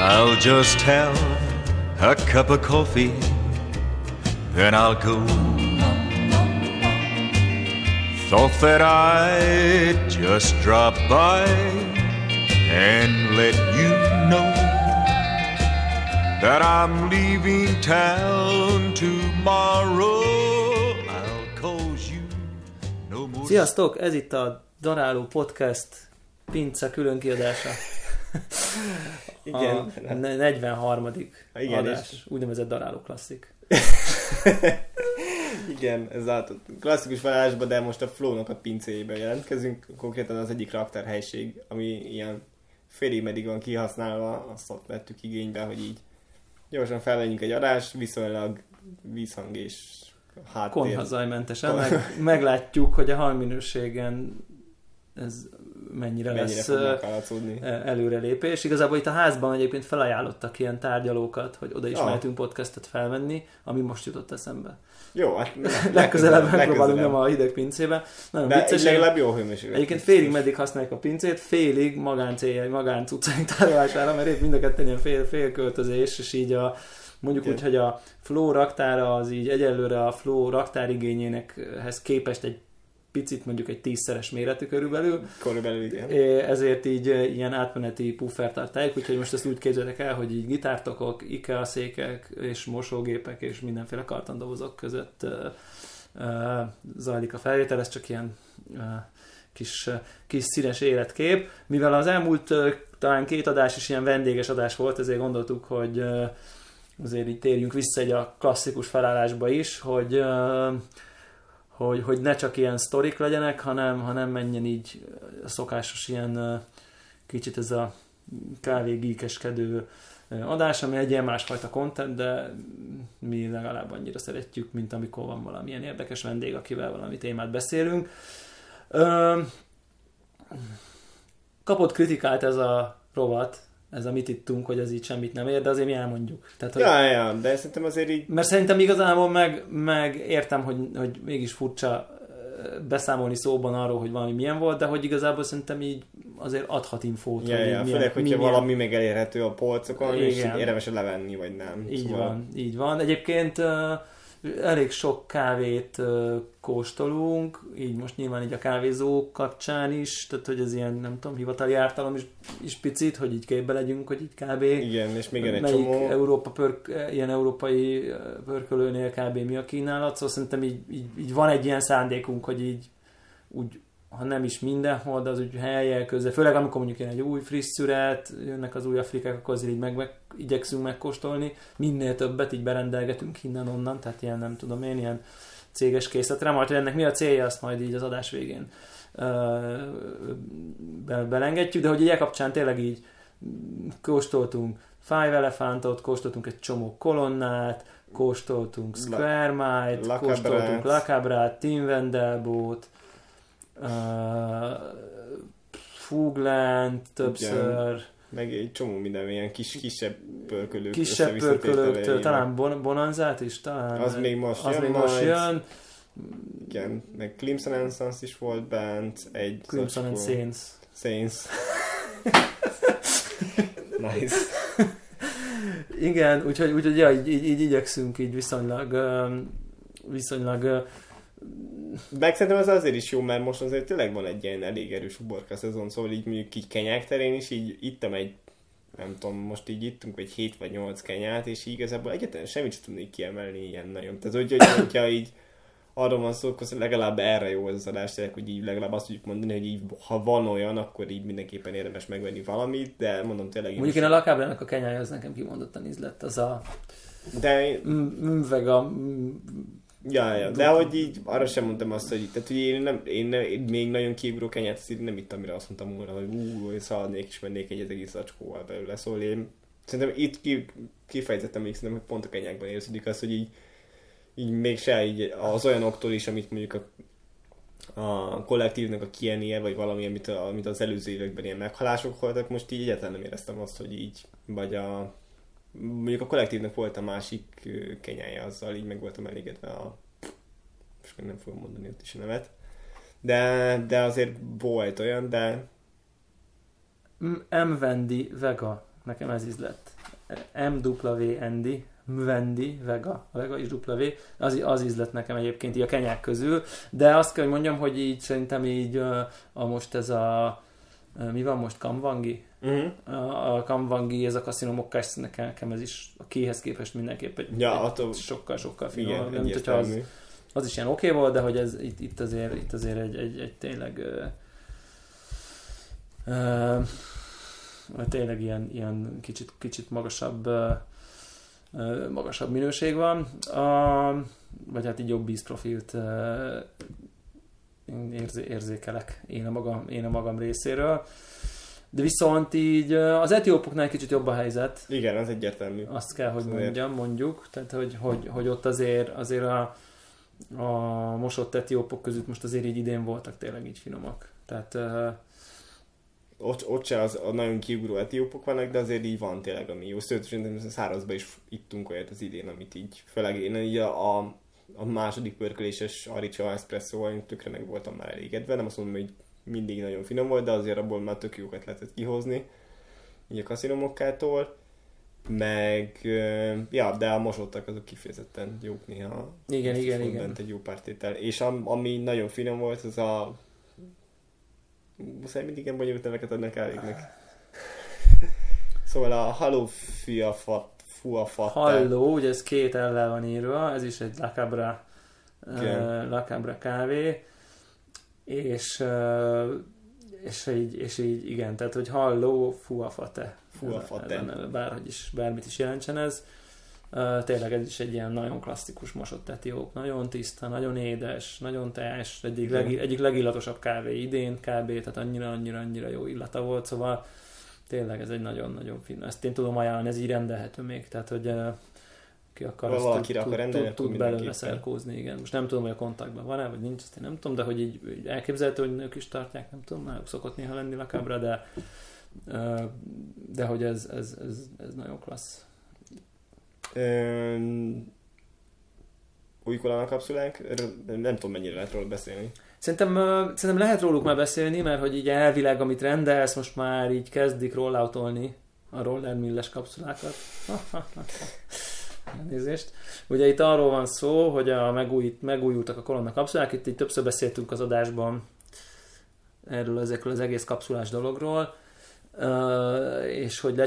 I'll just have a cup of coffee, then I'll go. Thought that I'd just drop by and let you know that I'm leaving town tomorrow. I'll cause you no more. Sziasztok! Ez itt a Daráló Podcast Pince különkiadása. Igen. A 43. Igen, adás, úgynevezett Daráló Klasszik. Igen, ez a klasszikus felállásban, de most a Flow-nak a pincéjében jelentkezünk. Konkrétan az egyik raktárhelység, ami ilyen félig meddig van kihasználva, azt ott vettük igénybe, hogy így gyorsan felvenjünk egy adást, viszonylag vízhang és háttér. Konyhazajmentesen. Meglátjuk, hogy a hangminőségen ez mennyire lesz előrelépés. Igazából itt a házban egyébként felajánlottak ilyen tárgyalókat, hogy oda is mehetünk podcastet felvenni, ami most jutott eszembe. Jó, hát legközelebb megpróbálunk, nem a hideg pincébe. Nagyon de vicces. legalább jó hőmérséklet. Egyébként félig meddig használják a pincét, félig magáncuccaink tárolására, mert itt mind a ketten ilyen félköltözés, és így mondjuk úgy, hogy a Flow raktára az így egyelőre a Flow raktárigényének képest egy picit, mondjuk egy 10-szeres méretű körülbelül. Igen. Ezért így ilyen átmeneti puffert tartáljuk, úgyhogy most ezt úgy képzeljétek el, hogy így gitártokok, IKEA székek és mosógépek és mindenféle kartondobozok között zajlik a felvétel, ez csak ilyen kis színes életkép. Mivel az elmúlt talán 2 adás is ilyen vendéges adás volt, ezért gondoltuk, hogy azért így térjünk vissza egy a klasszikus felállásba is, hogy ne csak ilyen sztorik legyenek, hanem menjen így a szokásos ilyen kicsit ez a kávégíkeskedő adás, ami egy ilyen másfajta content, de mi legalább annyira szeretjük, mint amikor van valamilyen érdekes vendég, akivel valami témát beszélünk. Kapott kritikát ez a rovat, ez a mit ittunk, hogy ez így semmit nem ér, de azért mi elmondjuk. Tehát, hogy, ja, de szerintem azért így... Mert szerintem igazából meg értem, hogy mégis furcsa beszámolni szóban arról, hogy valami milyen volt, de hogy igazából szerintem így azért adhat infót. Főleg, hogyha valami meg elérhető a polcokon, és érdemes levenni, vagy nem. Így van. Egyébként elég sok kávét kóstolunk, így most nyilván így a kávézók kapcsán is, tehát hogy ez ilyen, nem tudom, hivatali ártalom is picit, hogy így képbe legyünk, hogy így kb. Igen, és még egy csomó. Ilyen európai pörkölőnél kb. Mi a kínálat, szóval szerintem így van egy ilyen szándékunk, hogy így úgy, ha nem is mindenhol, de az úgy helyjel közben, főleg amikor mondjuk jön egy új friss szüret, jönnek az új afrikák, akkor azért így igyekszünk megkóstolni, minél többet így berendelgetünk innen-onnan, tehát ilyen nem tudom én, ilyen céges készletre, majd hogy ennek mi a célja, azt majd így az adás végén belengedjük, de hogy így kapcsán tényleg így kóstoltunk Five Elephantot, kóstoltunk egy csomó kolonnát, kóstoltunk Square Mite, kóstoltunk La Cabrát, Tim Wendelboot, Fugland többször. Meg egy csomó minden ilyen kisebb pörkölők. Kisebb pörkölőktől, talán Bonanzát is, talán. Az még most jön. Igen, meg Clemson & Sons is volt bent. Clemson & Saints. Nice. Igen, úgyhogy ja, így igyekszünk így viszonylag meg szerintem az azért is jó, mert most azért tényleg van egy ilyen elég erős uborka szezon, szóval így mondjuk így kenyák terén is így ittam nem tudom, most így ittunk egy 7 vagy 8 kenyát, és igazából egyáltalán semmit sem tudnék kiemelni ilyen nagyon. Tehát hogyha így arról van szó, akkor legalább erre jó az adás, hogy így legalább azt tudjuk mondani, hogy így, ha van olyan, akkor így mindenképpen érdemes megvenni valamit, de mondom tényleg... Mondjuk én a La Cabrának a kenyája az nekem kimondottan ízlett, az a... De... Vega... Ja, de hogy így arra sem mondtam azt, hogy, tehát, hogy én még nagyon kiugró kenyát nem ittam, amire azt mondtam volna, hogy szaladnék és mennék egy egész zacskóval belőle, szóval én szerintem itt kifejtettem még szerintem, hogy pont a kenyákban érződik az, hogy így mégse így az olyanoktól is, amit mondjuk a kollektívnak a kienie, vagy valami, amit az előző években ilyen meghalások voltak, most így egyáltalán nem éreztem azt, hogy így, vagy mondjuk a kollektívnek volt a másik kenyája, azzal így meg voltam elégedve most nem fogom mondani ott is a nevet. De azért volt olyan, de... M. Wendy Vega. Nekem ez ízlett. MWND, Mvendi, Vega is W, az ízlett nekem egyébként így a kenyák közül, de azt kell, hogy mondjam, hogy így szerintem így most ez mi van most, Kamvangi? A Kamvangi, ez a Casino Mokkás, nekem ez is a kéhez képest mindenképp sokkal finomabb. Igen, hogyha az is ilyen oké volt, de hogy ez itt azért egy tényleg tényleg ilyen kicsit magasabb minőség van, vagy hát így jobb ízprofilt érzékelek én a magam részéről. De viszont így az etiópoknál kicsit jobb a helyzet. Igen, az egyértelmű. Azt kell, hogy mondjuk. Tehát, hogy ott azért a mosott etiópok között most azért így idén voltak tényleg így finomak. Tehát ott se az a nagyon kiugró etiópok vannak, de azért így van tényleg, ami jó. Szerintem szárazba is ittunk olyat az idén, amit így, főleg én így a második pörköléses Aricsa Espresso-val én tökre meg voltam már elégedve. Nem azt mondom, hogy mindig nagyon finom volt, de azért abból már tök jókat lehetett kihozni. Így a Casino Mokkától. Meg, de a mosottak azok kifejezetten jók néha. Igen. Bent egy jó pártétel. És ami nagyon finom volt, az a... Muszáj mindig ilyen bonyolult neveket adnak elégnek. Szóval a Halló Fuafat. Halló, ugye ez 2 L-lel van írva, ez is egy La Cabra kávé. És így igen, tehát hogy Halló Fuafate. Bármit is jelentsen ez. Tényleg ez is egy ilyen nagyon klasszikus mosott etióp, nagyon tiszta, nagyon édes, nagyon teás, egyik legillatosabb kávé idén kb. Tehát annyira jó illata volt, szóval tényleg ez egy nagyon-nagyon fin. Ezt én tudom ajánlani, ez így rendelhető még, tehát hogy ki akar, azt tud belőle szerkózni, igen. Most nem tudom, hogy a kontaktban van-e, vagy nincs, ezt én nem tudom, de hogy így elképzelhető, hogy nők is tartják, nem tudom, náluk szokott néha lenni La Cabra, de hogy ez nagyon klassz. Új Kolana kapszulánk, nem tudom mennyire lehet róla beszélni. Szerintem lehet róluk már beszélni, mert hogy így elvileg, amit rendelsz, most már így kezdik rolloutolni a Roller Milles kapszulákat. Nézést. Ugye itt arról van szó, hogy megújultak a Kolonna kapszulák, itt így többször beszéltünk az adásban ezekről az egész kapszulás dologról, és hogy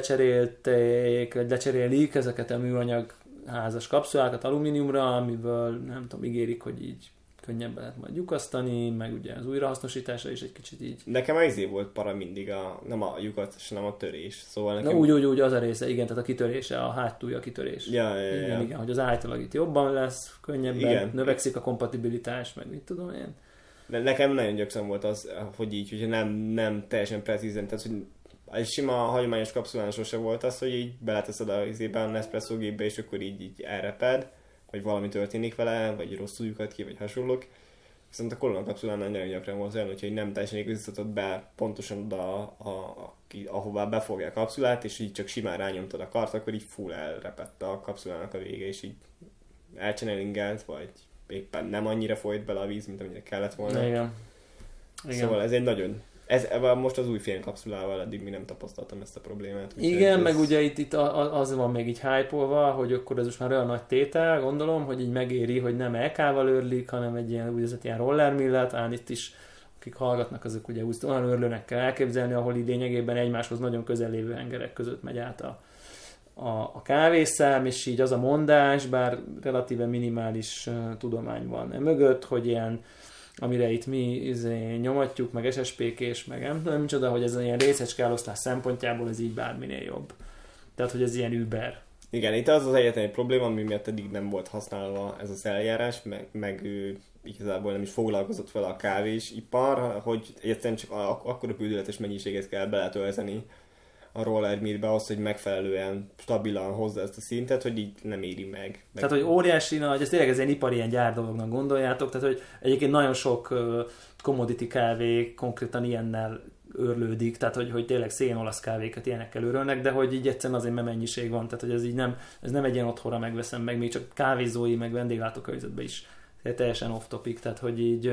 lecserélik ezeket a műanyag házas kapszulákat alumíniumra, amiből nem tudom, ígérik, hogy így könnyebben lehet majd lyukasztani, meg ugye az újrahasznosítása is egy kicsit így. Nekem az volt para mindig, nem a lyukasztás, hanem a törés. Szóval nekem... úgy az a része, igen, tehát a kitörése, a hátulja kitörés. Igen, hogy az általag itt jobban lesz, könnyebben, növekszik a kompatibilitás, meg mit tudom én. De nekem nagyon gyakran volt az, hogy így, hogyha nem teljesen precízen, tehát hogy egy sima hagyományos kapszulán sose volt az, hogy így beleteszed a Nespresso gépbe, és akkor így elreped, vagy valami történik vele, vagy rosszul lyukad ki, vagy hasonlók. Viszont a Kolonna kapszulánál nagyon gyakran volt olyan, hogyha nem teljesen igazítod be pontosan oda, ahová befogja a kapszulát, és így csak simán rányomtad a kart, akkor így full elrepett a kapszulának a vége, és így elcsenelingelt, vagy éppen nem annyira folyt bele a víz, mint amennyire kellett volna. Igen. Szóval ez egy nagyon... most az új fénykapszulával eddig mi nem tapasztaltam ezt a problémát. Igen, meg ugye itt az van még így hype-olva, hogy akkor ez most már olyan nagy tétel, gondolom, hogy így megéri, hogy nem LK-val őrlik, hanem egy ilyen úgynevezett ilyen roller millet, itt is akik hallgatnak, azok ugye olyan őrlőnek kell elképzelni, ahol így lényegében egymáshoz nagyon közel lévő hengerek között megy át a kávészám, és így az a mondás, bár relatíve minimális tudomány van mögött, hogy ilyen amire itt mi nyomatjuk, meg SSP-k, meg nem tudom micsoda, hogy ez ilyen részecske elosztás szempontjából ez így bárminél jobb. Tehát, hogy ez ilyen Uber. Igen, itt az egyetlen probléma, ami miatt eddig nem volt használva ez az eljárás, meg igazából nem is foglalkozott fel a kávésipar, hogy egyszerűen csak akkora bődületes mennyiséget kell beletölteni a roller millbe ahhoz, hogy megfelelően stabilan hozza ezt a szintet, hogy így nem éri meg. Tehát, hogy óriási nagy, ez tényleg ez egy ipari ilyen gyár dolognak gondoljátok, tehát, hogy egyébként nagyon sok commodity kávé konkrétan ilyennel őrlődik, tehát, hogy tényleg szénolasz kávékat ilyenekkel őrölnek, de hogy így egyszerűen azért mennyiség van, tehát, hogy ez nem egy ilyen otthonra megveszem meg, még csak kávézói, meg vendéglátókörnyezetben is teljesen off topic, tehát, hogy így...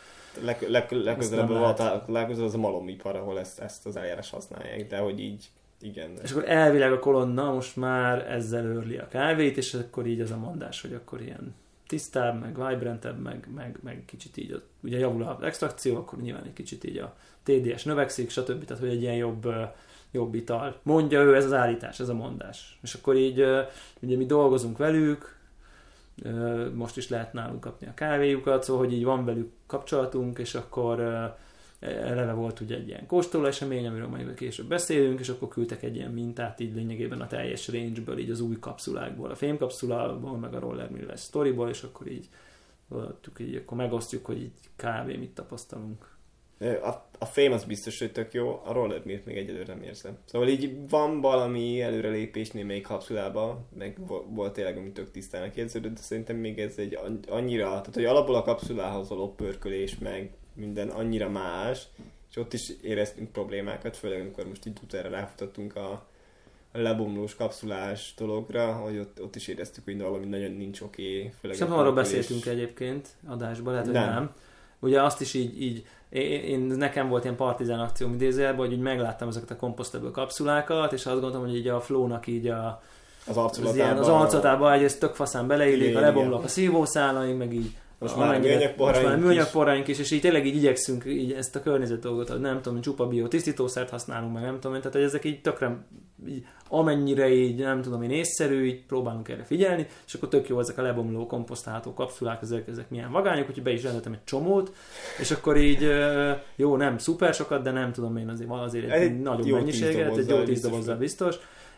Legközelebb az a malomipar, ahol ezt az eljárás használják, de hogy így Igen. És akkor elvileg a kolonna most már ezzel őrli a kávét, és akkor így az a mondás, hogy akkor ilyen tisztább, meg vibrantebb, meg kicsit így, ugye javul az extrakció, akkor nyilván egy kicsit így a TDS növekszik, stb. Tehát, hogy egy ilyen jobb ital. Mondja ő, ez az állítás, ez a mondás. És akkor így, ugye mi dolgozunk velük, most is lehet nálunk kapni a kávéjukat, szóval, hogy így van velük kapcsolatunk, és akkor eleve volt ugye egy ilyen kóstoló esemény, amiről majd később beszélünk, és akkor küldtek egy ilyen mintát így lényegében a teljes range-ből, így az új kapszulákból, a fémkapszulából, meg a Roller Milles Storyból, és akkor így akkor megosztjuk, hogy így kb. Mit tapasztalunk. A fém az biztos, hogy tök jó, a Roller Millet még egyelőre nem érzem. Szóval így van valami előrelépés némelyik kapszulában, meg volt tényleg, ami tök tisztának érződött, de szerintem még ez egy annyira, tehát hogy alapból a kapszulához való pörkölés, meg minden annyira más, és ott is éreztünk problémákat, főleg amikor most így utána ráfutottunk a lebomlós kapszulás dologra, hogy ott is éreztük, hogy valami nagyon nincs oké. Sem arról beszéltünk egyébként adásban, lehet, hogy nem. Ugye azt is így nekem volt ilyen partizán akcióm idézőjelben, hogy így megláttam ezeket a compostable kapszulákat, és azt gondoltam, hogy így a flow-nak így az arculatában egyrészt tök faszán beleillik, a lebomlok a szívószálaink, meg így most már műanyagporraink is, és így tényleg így igyekszünk így ezt a környezet dolgot, hogy nem tudom, csupa bio tisztítószert használunk, meg nem tudom, tehát hogy ezek így tökre, így, amennyire így nem tudom én észszerű, így próbálunk erre figyelni, és akkor tök jó ezek a lebomló, komposztálható kapszulák, ezek milyen vagányok, úgyhogy be is rendeltem egy csomót, és akkor így jó, nem szuper sokat, de nem tudom én azért egy nagyobb mennyiséget, egy jó 10 dobozzal biztos.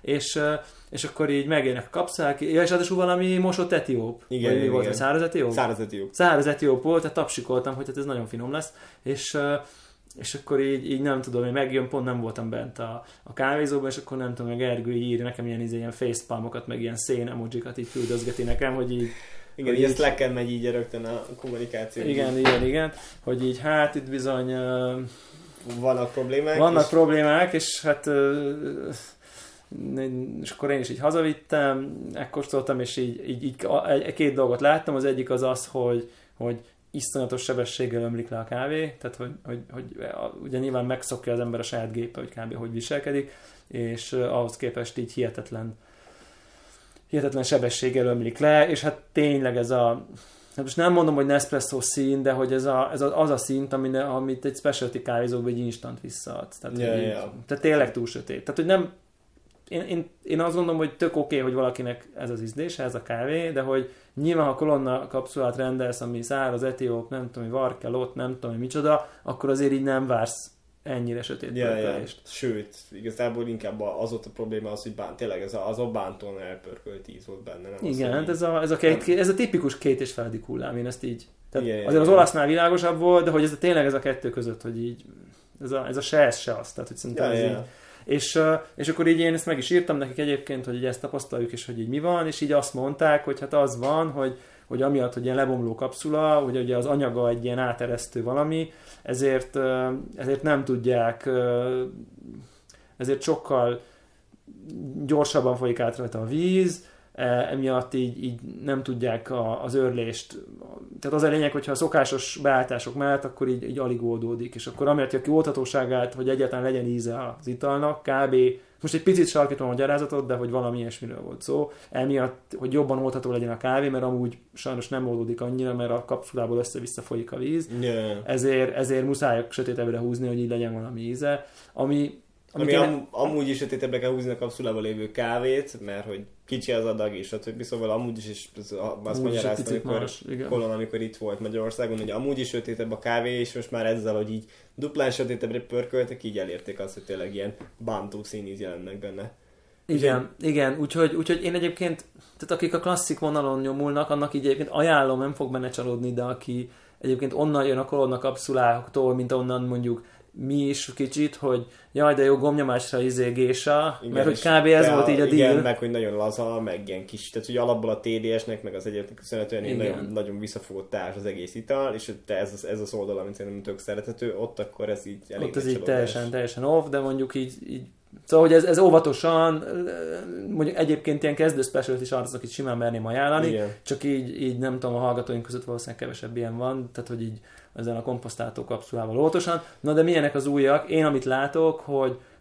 És akkor így megjönnek a kapszák, és ráadásul valami mosott etióp. Igen, vagy mi volt, száraz etióp? Száraz etióp volt, tehát tapsikoltam, hogy hát ez nagyon finom lesz. És akkor így nem tudom, hogy megjön, pont nem voltam bent a kávézóban, és akkor nem tudom, hogy Gergő így írja nekem ilyen facepalmokat, meg ilyen szén emojikat így küldözgeti nekem, hogy így... Igen, így ezt Slacken megy így rögtön a kommunikáció. Igen, hogy így hát itt bizony... Vannak problémák, és hát... és akkor én is így hazavittem, megkóstoltam, és így két dolgot láttam. Az egyik az, hogy iszonyatos sebességgel ömlik le a kávé, tehát hogy ugye nyilván megszokja az ember a saját gépe, hogy kb. Hogy viselkedik, és ahhoz képest így hihetetlen sebességgel ömlik le, és hát tényleg ez hát most nem mondom, hogy Nespresso szín, de hogy ez az a szint, amit egy specialty kávézóban egy instant visszaad. Tehát, tehát tényleg túl sötét. Tehát, hogy nem én azt gondolom, hogy tök oké, hogy valakinek ez az ízlése, ez a kávé, de hogy nyilván, ha kolonna kapszulát rendelsz, ami száraz, etióp, nem tudom, hogy varkelot, nem tudom, hogy micsoda, akkor azért így nem vársz ennyire sötét pörkölést. Sőt, igazából inkább az ott a probléma az, hogy tényleg az a bántón elpörkölt íz volt benne. Nem igen, hát ez a tipikus 2,5 hullám, én ezt így... Tehát azért az olasznál világosabb volt, de hogy tényleg ez a kettő között, hogy így ez a se az, tehát hogy szerintem ez így... És akkor így én ezt meg is írtam nekik egyébként, hogy így ezt tapasztaljuk, és hogy így mi van, és így azt mondták, hogy hát az van, hogy amiatt, hogy ilyen lebomló kapszula, hogy ugye az anyaga egy ilyen áteresztő valami, ezért nem tudják, ezért sokkal gyorsabban folyik át rajta a víz, emiatt így nem tudják az őrlést. Tehát az a lényeg, hogyha a szokásos beállítások mellett, akkor így alig oldódik, és akkor amiatt a kiolthatóságát, hogy egyáltalán legyen íze az italnak, kb. Most egy picit sarkítom a magyarázatot, de hogy valami ilyesmiről volt szó, emiatt, hogy jobban oldható legyen a kávé, mert amúgy sajnos nem oldódik annyira, mert a kapszulából össze-vissza folyik a víz, ezért muszáj sötétebbre húzni, hogy így legyen valami íze, ami amúgy is sötétebbre kell húzni a kapszulában lévő kávét, mert hogy kicsi az adag és stb. Szóval amúgy is azt magyaráztam, amikor itt volt Magyarországon, hogy amúgy is sötétebb a kávé, és most már ezzel, hogy így duplán sötétebbre pörköltek, így elérték azt, hogy tényleg ilyen bántó színíz jelennek benne. Igen, úgyhogy én egyébként, tehát akik a klasszik vonalon nyomulnak, annak így egyébként ajánlom, nem fog benne csalódni, de aki egyébként onnan jön a kolonna kapszuláktól, mint onnan mondjuk mi is kicsit, hogy jaj, de jó gomnyomásra gésa, mert hogy kb. Ez volt így a deal. Igen, meg hogy nagyon laza, meg ilyen kis, tehát hogy alapból a TDS-nek, meg az egyetnek köszönhetően nagyon, nagyon visszafogott társ az egész ital, és ez az oldal, amit szerintem tök szerethető, ott akkor ez így elég ott ez így teljesen off, de mondjuk így szóval, hogy ez óvatosan, mondjuk egyébként ilyen kezdő specialty arcnak itt simán merném ajánlani, igen. Csak így nem tudom, a hallgatóink között valószínűleg kevesebb ilyen van, tehát hogy így ezen a komposztáltó kapszulával óvatosan. Na de milyenek az újak? Én amit látok,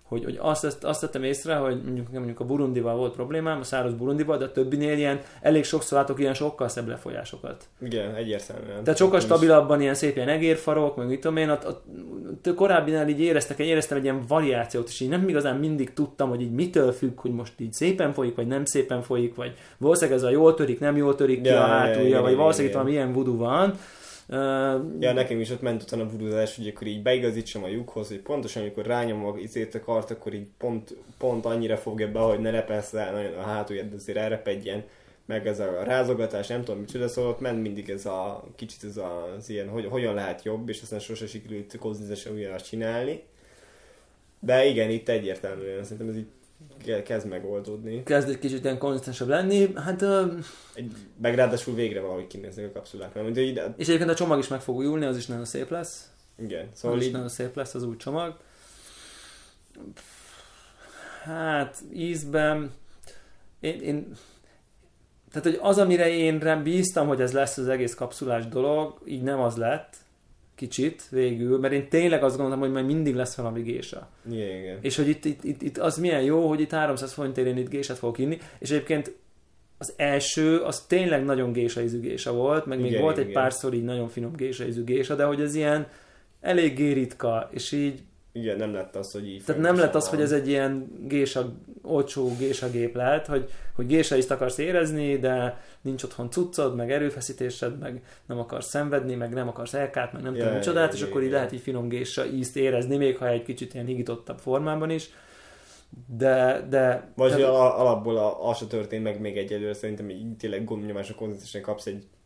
hogy azt tettem észre, hogy mondjuk a burundival volt problémám, a száraz burundival, de a többinél ilyen, elég sokszor látok ilyen sokkal szebb lefolyásokat. Igen, egyértelműen. Tehát sokkal stabilabban ilyen szép ilyen egérfarok, meg mit tudom én, korábbinál így éreztem egy ilyen variációt, és így nem igazán mindig tudtam, hogy így mitől függ, hogy most így szépen folyik, vagy nem szépen folyik, vagy valószínűleg ez a jól törik, nem jól törik ki a hátulja, vagy valószínűleg valami ilyen voodoo van. Ja, nekem is ott ment utána a vuduzás, hogy akkor így beigazítsam a lyukhoz, hogy pontosan amikor rányomok a kart, akkor így pont annyira fogja be, hogy ne repelsz rá nagyon a hátulját, de azért elrepedjen, meg ez a rázogatás, nem tudom micsoda, szóval ott ment mindig ez a kicsit ez az ilyen, hogy hogyan lehet jobb, és aztán sose sikerült konzisztensen ugyanazt csinálni. De igen, itt egyértelműen szerintem ez így kezd megoldódni. Kezd egy kicsit ilyen konzisztensebb lenni, hát... Meg ráadásul végre valahogy kinéznek a kapszulák. És egyébként a csomag is meg fog újulni, az is nagyon szép lesz. Igen. Szóval az is nagyon szép lesz az új csomag. Hát ízben... Tehát, hogy az, amire én bíztam, hogy ez lesz az egész kapszulás dolog, így nem az lett. Kicsit végül, mert én tényleg azt gondoltam, hogy majd mindig lesz valami gésa. Igen. És hogy itt az milyen jó, hogy itt 300 forintért én itt gésát fogok inni, és egyébként az első, az tényleg nagyon gésa ízű gésa volt, meg még volt egy párszor így nagyon finom gésa ízű gésa, de hogy ez ilyen eléggé ritka, és így... Igen, nem lett az, hogy így... Tehát nem lett az, hogy ez egy ilyen olcsó gésagép lehet, hogy gésa ízt akarsz érezni, de nincs otthon cuccod, meg erőfeszítésed, meg nem akarsz szenvedni, meg nem akarsz elkát, meg nem tudom micsodát, és akkor így lehet így finom gésa ízt érezni, még ha egy kicsit ilyen higítottabb formában is. De vagy alapból az se történt meg még egyelőre, szerintem így tényleg gombnyomásra konzisztensen kapsz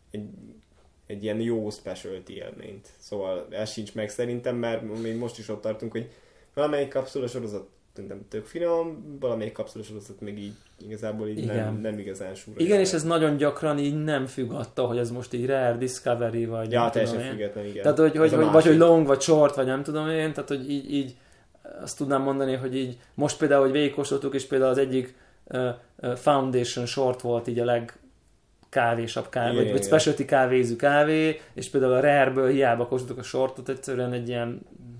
egy ilyen jó specialty élményt. Szóval ez sincs meg szerintem, mert még most is ott tartunk, hogy valamelyik kapszula sorozat szerintem tök finom, valamelyik kapszula sorozat még így igazából így nem igazán súra. Igen, és ez nagyon gyakran így nem függ attól, hogy ez most így rare, discovery, vagy ja, teljesen független, igen. Tehát, hogy long, vagy short, vagy nem tudom én, tehát, hogy így azt tudnám mondani, hogy így most például, hogy végigkóstoltuk, és például az egyik foundation short volt így a legkávésabb kávé, vagy specialty kávézű kávé, és például a rare-ből hiába kóstoltuk a shortot, egyszerűen egy ilyen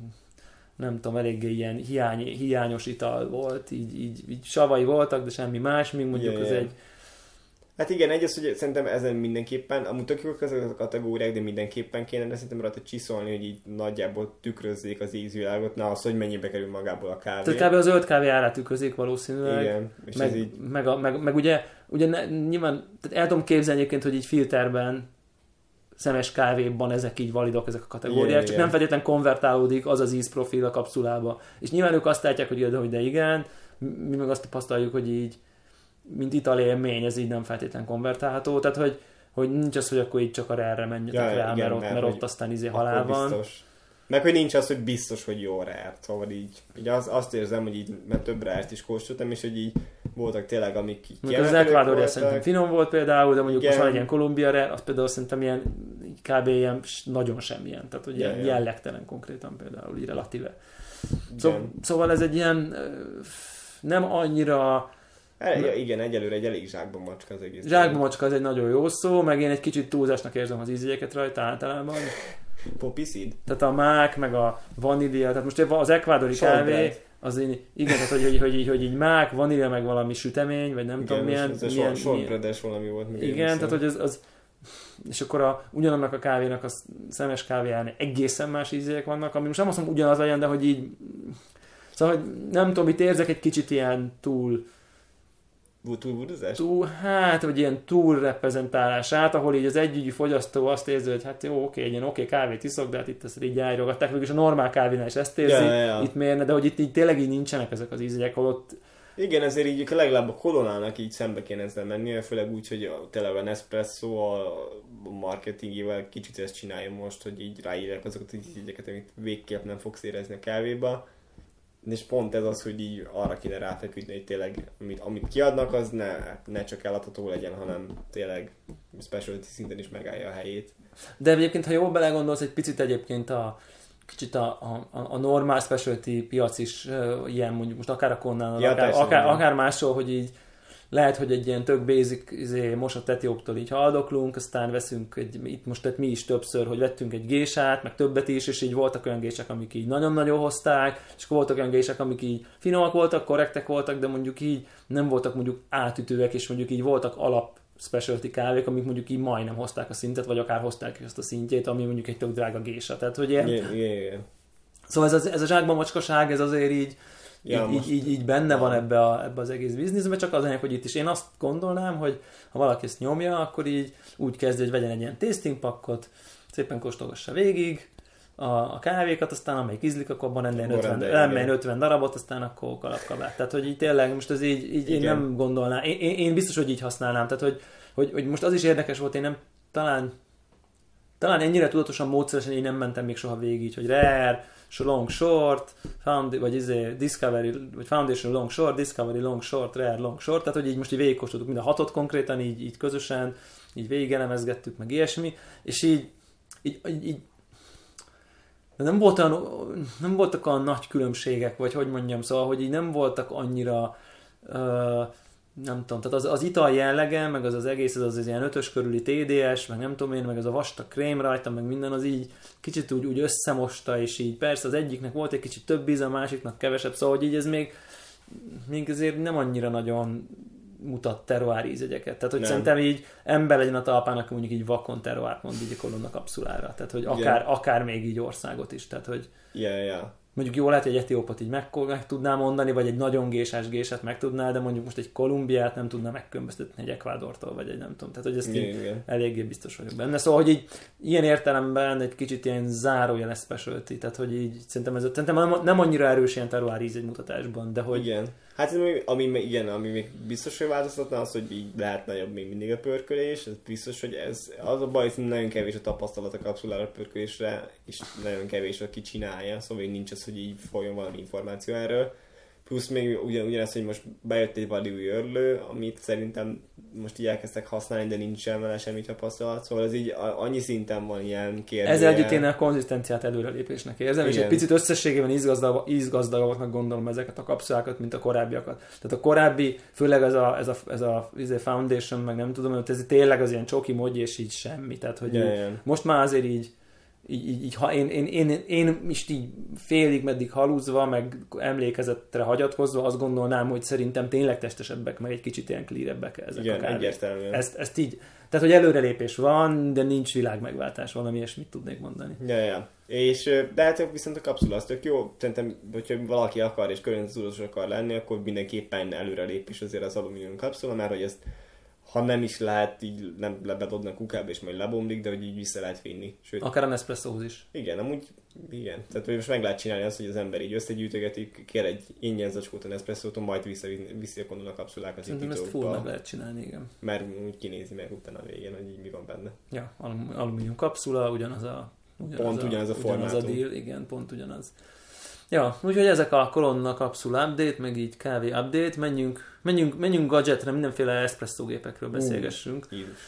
nem tudom, eléggé ilyen hiányos ital volt, így savai voltak, de semmi más, míg mondjuk az egy... Hát igen, egy az, hogy szerintem ezen mindenképpen, amúgy tök jók ezek a kategóriák, de mindenképpen kéne, de szerintem rajta csiszolni, hogy így nagyjából tükrözzék az ízvilágot, ne az, hogy mennyibe kerül magából a kávé. Tehát kb. A zöld kávé árát tükrözik valószínűleg. Igen, és meg, ez így... meg ugye nyilván, tehát el tudom képzelni egyébként, hogy így filterben szemes kávéban ezek így validok, ezek a kategóriák, igen, csak nem feltétlenül konvertálódik az ízprofil a kapszulába. És nyilván ők azt látják, hogy de igen, mi meg azt tapasztaljuk, hogy így mint italélmény, ez így nem feltétlenül konvertálható, tehát hogy nincs az, hogy akkor így csak erre menjetek rá, igen, mert ott aztán halál van. Biztos. Meg hogy nincs az, hogy biztos, hogy jó rárt. Szóval így azt érzem, hogy így, mert több rárt is kóstoltam, és hogy így voltak tényleg, amik az Ecuador szerintem finom volt például, de mondjuk most van egy ilyen Kolumbia rár, az például szerintem ilyen kb. Ilyen nagyon semmilyen, tehát hogy ilyen jellegtelen konkrétan például, így relatíve. Szóval ez egy ilyen nem annyira... Igen, egyelőre egy elég zsákba macska az egész. Zsákba macska az egy nagyon jó szó, meg én egy kicsit túlzásnak érzem az ízjegyeket rajta általában. Poppy seed? Tehát a mák, meg a vanília, tehát most az ekvádori kávé, az így, igen, tehát hogy így mák, vanília, meg valami sütemény, vagy nem igen, tudom milyen... Shortbread-es valami volt. Még igen, tehát hogy az és akkor ugyanannak a kávénak a szemes kávéján egészen más ízjegyek vannak, ami most nem azt mondom ugyanaz legyen, de hogy így... Szóval, hogy nem tudom, itt érzek egy kicsit ilyen hát, vagy ilyen túlreprezentálását, ahol így az együgyű fogyasztó azt érzi, hogy hát jó, oké, egy ilyen kávét iszok, de hát itt ezt így ájrogatták, végülis a normál kávénál is ezt érzi, itt miért, de hogy itt így tényleg így nincsenek ezek az ízegyek, holott... Igen, ezért így legalább a kolonának így szembe kéne ezzel menni, főleg úgy, hogy tényleg a Nespresso a marketingével kicsit ezt csinálja most, hogy így ráírják azokat az ízegyeket, amit végképp nem fogsz érezni a kávéba. És pont ez az, hogy így arra kéne ráfeküdni, hogy tényleg amit kiadnak, az ne csak eladható legyen, hanem tényleg specialty szinten is megállja a helyét. De egyébként, ha jól belegondolsz, egy picit egyébként kicsit a normál specialty piac is ilyen, mondjuk most akár a Konnál, akár máshol, hogy így lehet, hogy egy ilyen tök basic mosott etióptól így haldoklunk, aztán veszünk itt most tett mi is többször, hogy vettünk egy gésát, meg többet is, és így voltak olyan gések, amik így nagyon-nagyon hozták, és akkor voltak olyan gések, amik így finomak voltak, korrektek voltak, de mondjuk így nem voltak mondjuk átütőek, és mondjuk így voltak alap specialty kávék, amik mondjuk így majdnem hozták a szintet, vagy akár hozták ezt a szintjét, ami mondjuk egy tök drága gésa. Tehát, hogy ilyen... Yeah. Szóval ez a zsákba macskaság, ez azért így benne van ebbe az egész bizniszben, csak az hogy itt is én azt gondolnám, hogy ha valaki ezt nyomja, akkor így úgy kezdje, hogy vegyen egy ilyen tasting pakkot, szépen kóstolgassa végig a kávékat, aztán amelyik ízlik, akkor abban rendeljen 50 darabot, aztán akkor kalapkabát. Tehát, hogy így tényleg most ez így én nem gondolnám. Én biztos, hogy így használnám. Tehát, hogy most az is érdekes volt, én nem talán ennyire tudatosan módszeresen én nem mentem még soha végig, így, hogy rare, long short, discovery, vagy foundation long short, discovery long short, rare long short, tehát hogy így most így végigkóstoltuk mind a 6-ot konkrétan, így közösen, így végigelemezgettük, meg ilyesmi, és így de nem voltak olyan nagy különbségek, vagy hogy mondjam, szóval, hogy így nem voltak annyira nem tudom, tehát az ital jellege, meg az egész, az ilyen 5-ös körüli TDS, meg nem tudom én, meg az a vastag krém rajta, meg minden az így kicsit úgy összemosta, és így persze az egyiknek volt egy kicsit több íze, a másiknak kevesebb, szóval hogy így ez még azért nem annyira nagyon mutat terroár ízegyeket. Tehát, hogy szerintem így ember legyen a talpán, akkor mondjuk így vakon terroárt mond így a kolonna kapszulára. Tehát, hogy akár még így országot is. Tehát, hogy mondjuk jó lehet, hogy egy etiópot így meg tudná mondani, vagy egy nagyon gésás géset meg tudná, de mondjuk most egy Kolumbiát nem tudná megkülönböztetni egy Ekvádortól, vagy egy nem tudom. Tehát, hogy ezt eléggé biztos vagyok benne. Szóval, hogy így ilyen értelemben egy kicsit ilyen zárójeles specialty, tehát, hogy így szerintem nem annyira erős ilyen terroár ízegymutatásban, de hogy... Igen. Hát ami még biztos, hogy változtatna, az, hogy így lehet nagyobb még mindig a pörkölés, ez biztos, hogy ez az a baj, hogy nagyon kevés a tapasztalat a kapszulára pörkölésre, és nagyon kevés, aki csinálja, szóval nincs az, hogy így folyjon valami információ erről. Plusz még ugyanez, hogy most bejött egy vadi új örlő, amit szerintem most így elkezdtek használni, de nincsen vele semmi tapasztalat, szóval ez így annyi szinten van ilyen kérdője. Ezzel együtt én a konzisztenciát előrelépésnek érzem, és egy picit összességében ízgazdagabbnak gondolom ezeket a kapszulákat, mint a korábbiakat. Tehát a korábbi, főleg ez a foundation, meg nem tudom, hogy ez tényleg az ilyen csoki mogyi, és így semmi. Tehát, hogy most már azért így ha én is így félig meddig halúzva, meg emlékezetre hagyatkozva azt gondolnám, hogy szerintem tényleg testesebbek, meg egy kicsit ilyen clearebbek ezek a kávék. Egyértelműen. Ezt így, tehát hogy előrelépés van, de nincs világmegváltás, valami ilyesmit tudnék mondani. És de hát viszont a kapszula az tök jó, szerintem, hogyha valaki akar és környezettudatos akar lenni, akkor mindenképpen előrelépés azért az alumínium kapszula, mert hogy ezt ha nem is lehet, így nem bedobnak a kukába, és majd lebomlik, de hogy így vissza lehet vinni. Sőt, akár a Nespressohoz is. Igen, amúgy igen. Tehát most meg lehet csinálni azt, hogy az ember így összegyűjtögetik, kér egy ingyen zacskót a Nespresso-tól, majd viszi a kapszulákat. Szerintem ezt full meg lehet csinálni, igen. Mert úgy kinézi meg utána a végén, hogy így mi van benne. Ja, alumínium kapszula, ugyanaz a formátum. A deal, igen, pont ugyanaz. Ja, úgyhogy ezek a kolonna kapszula update, meg így kávé update, menjünk gadgetre, mindenféle espresso gépekről beszélgessünk.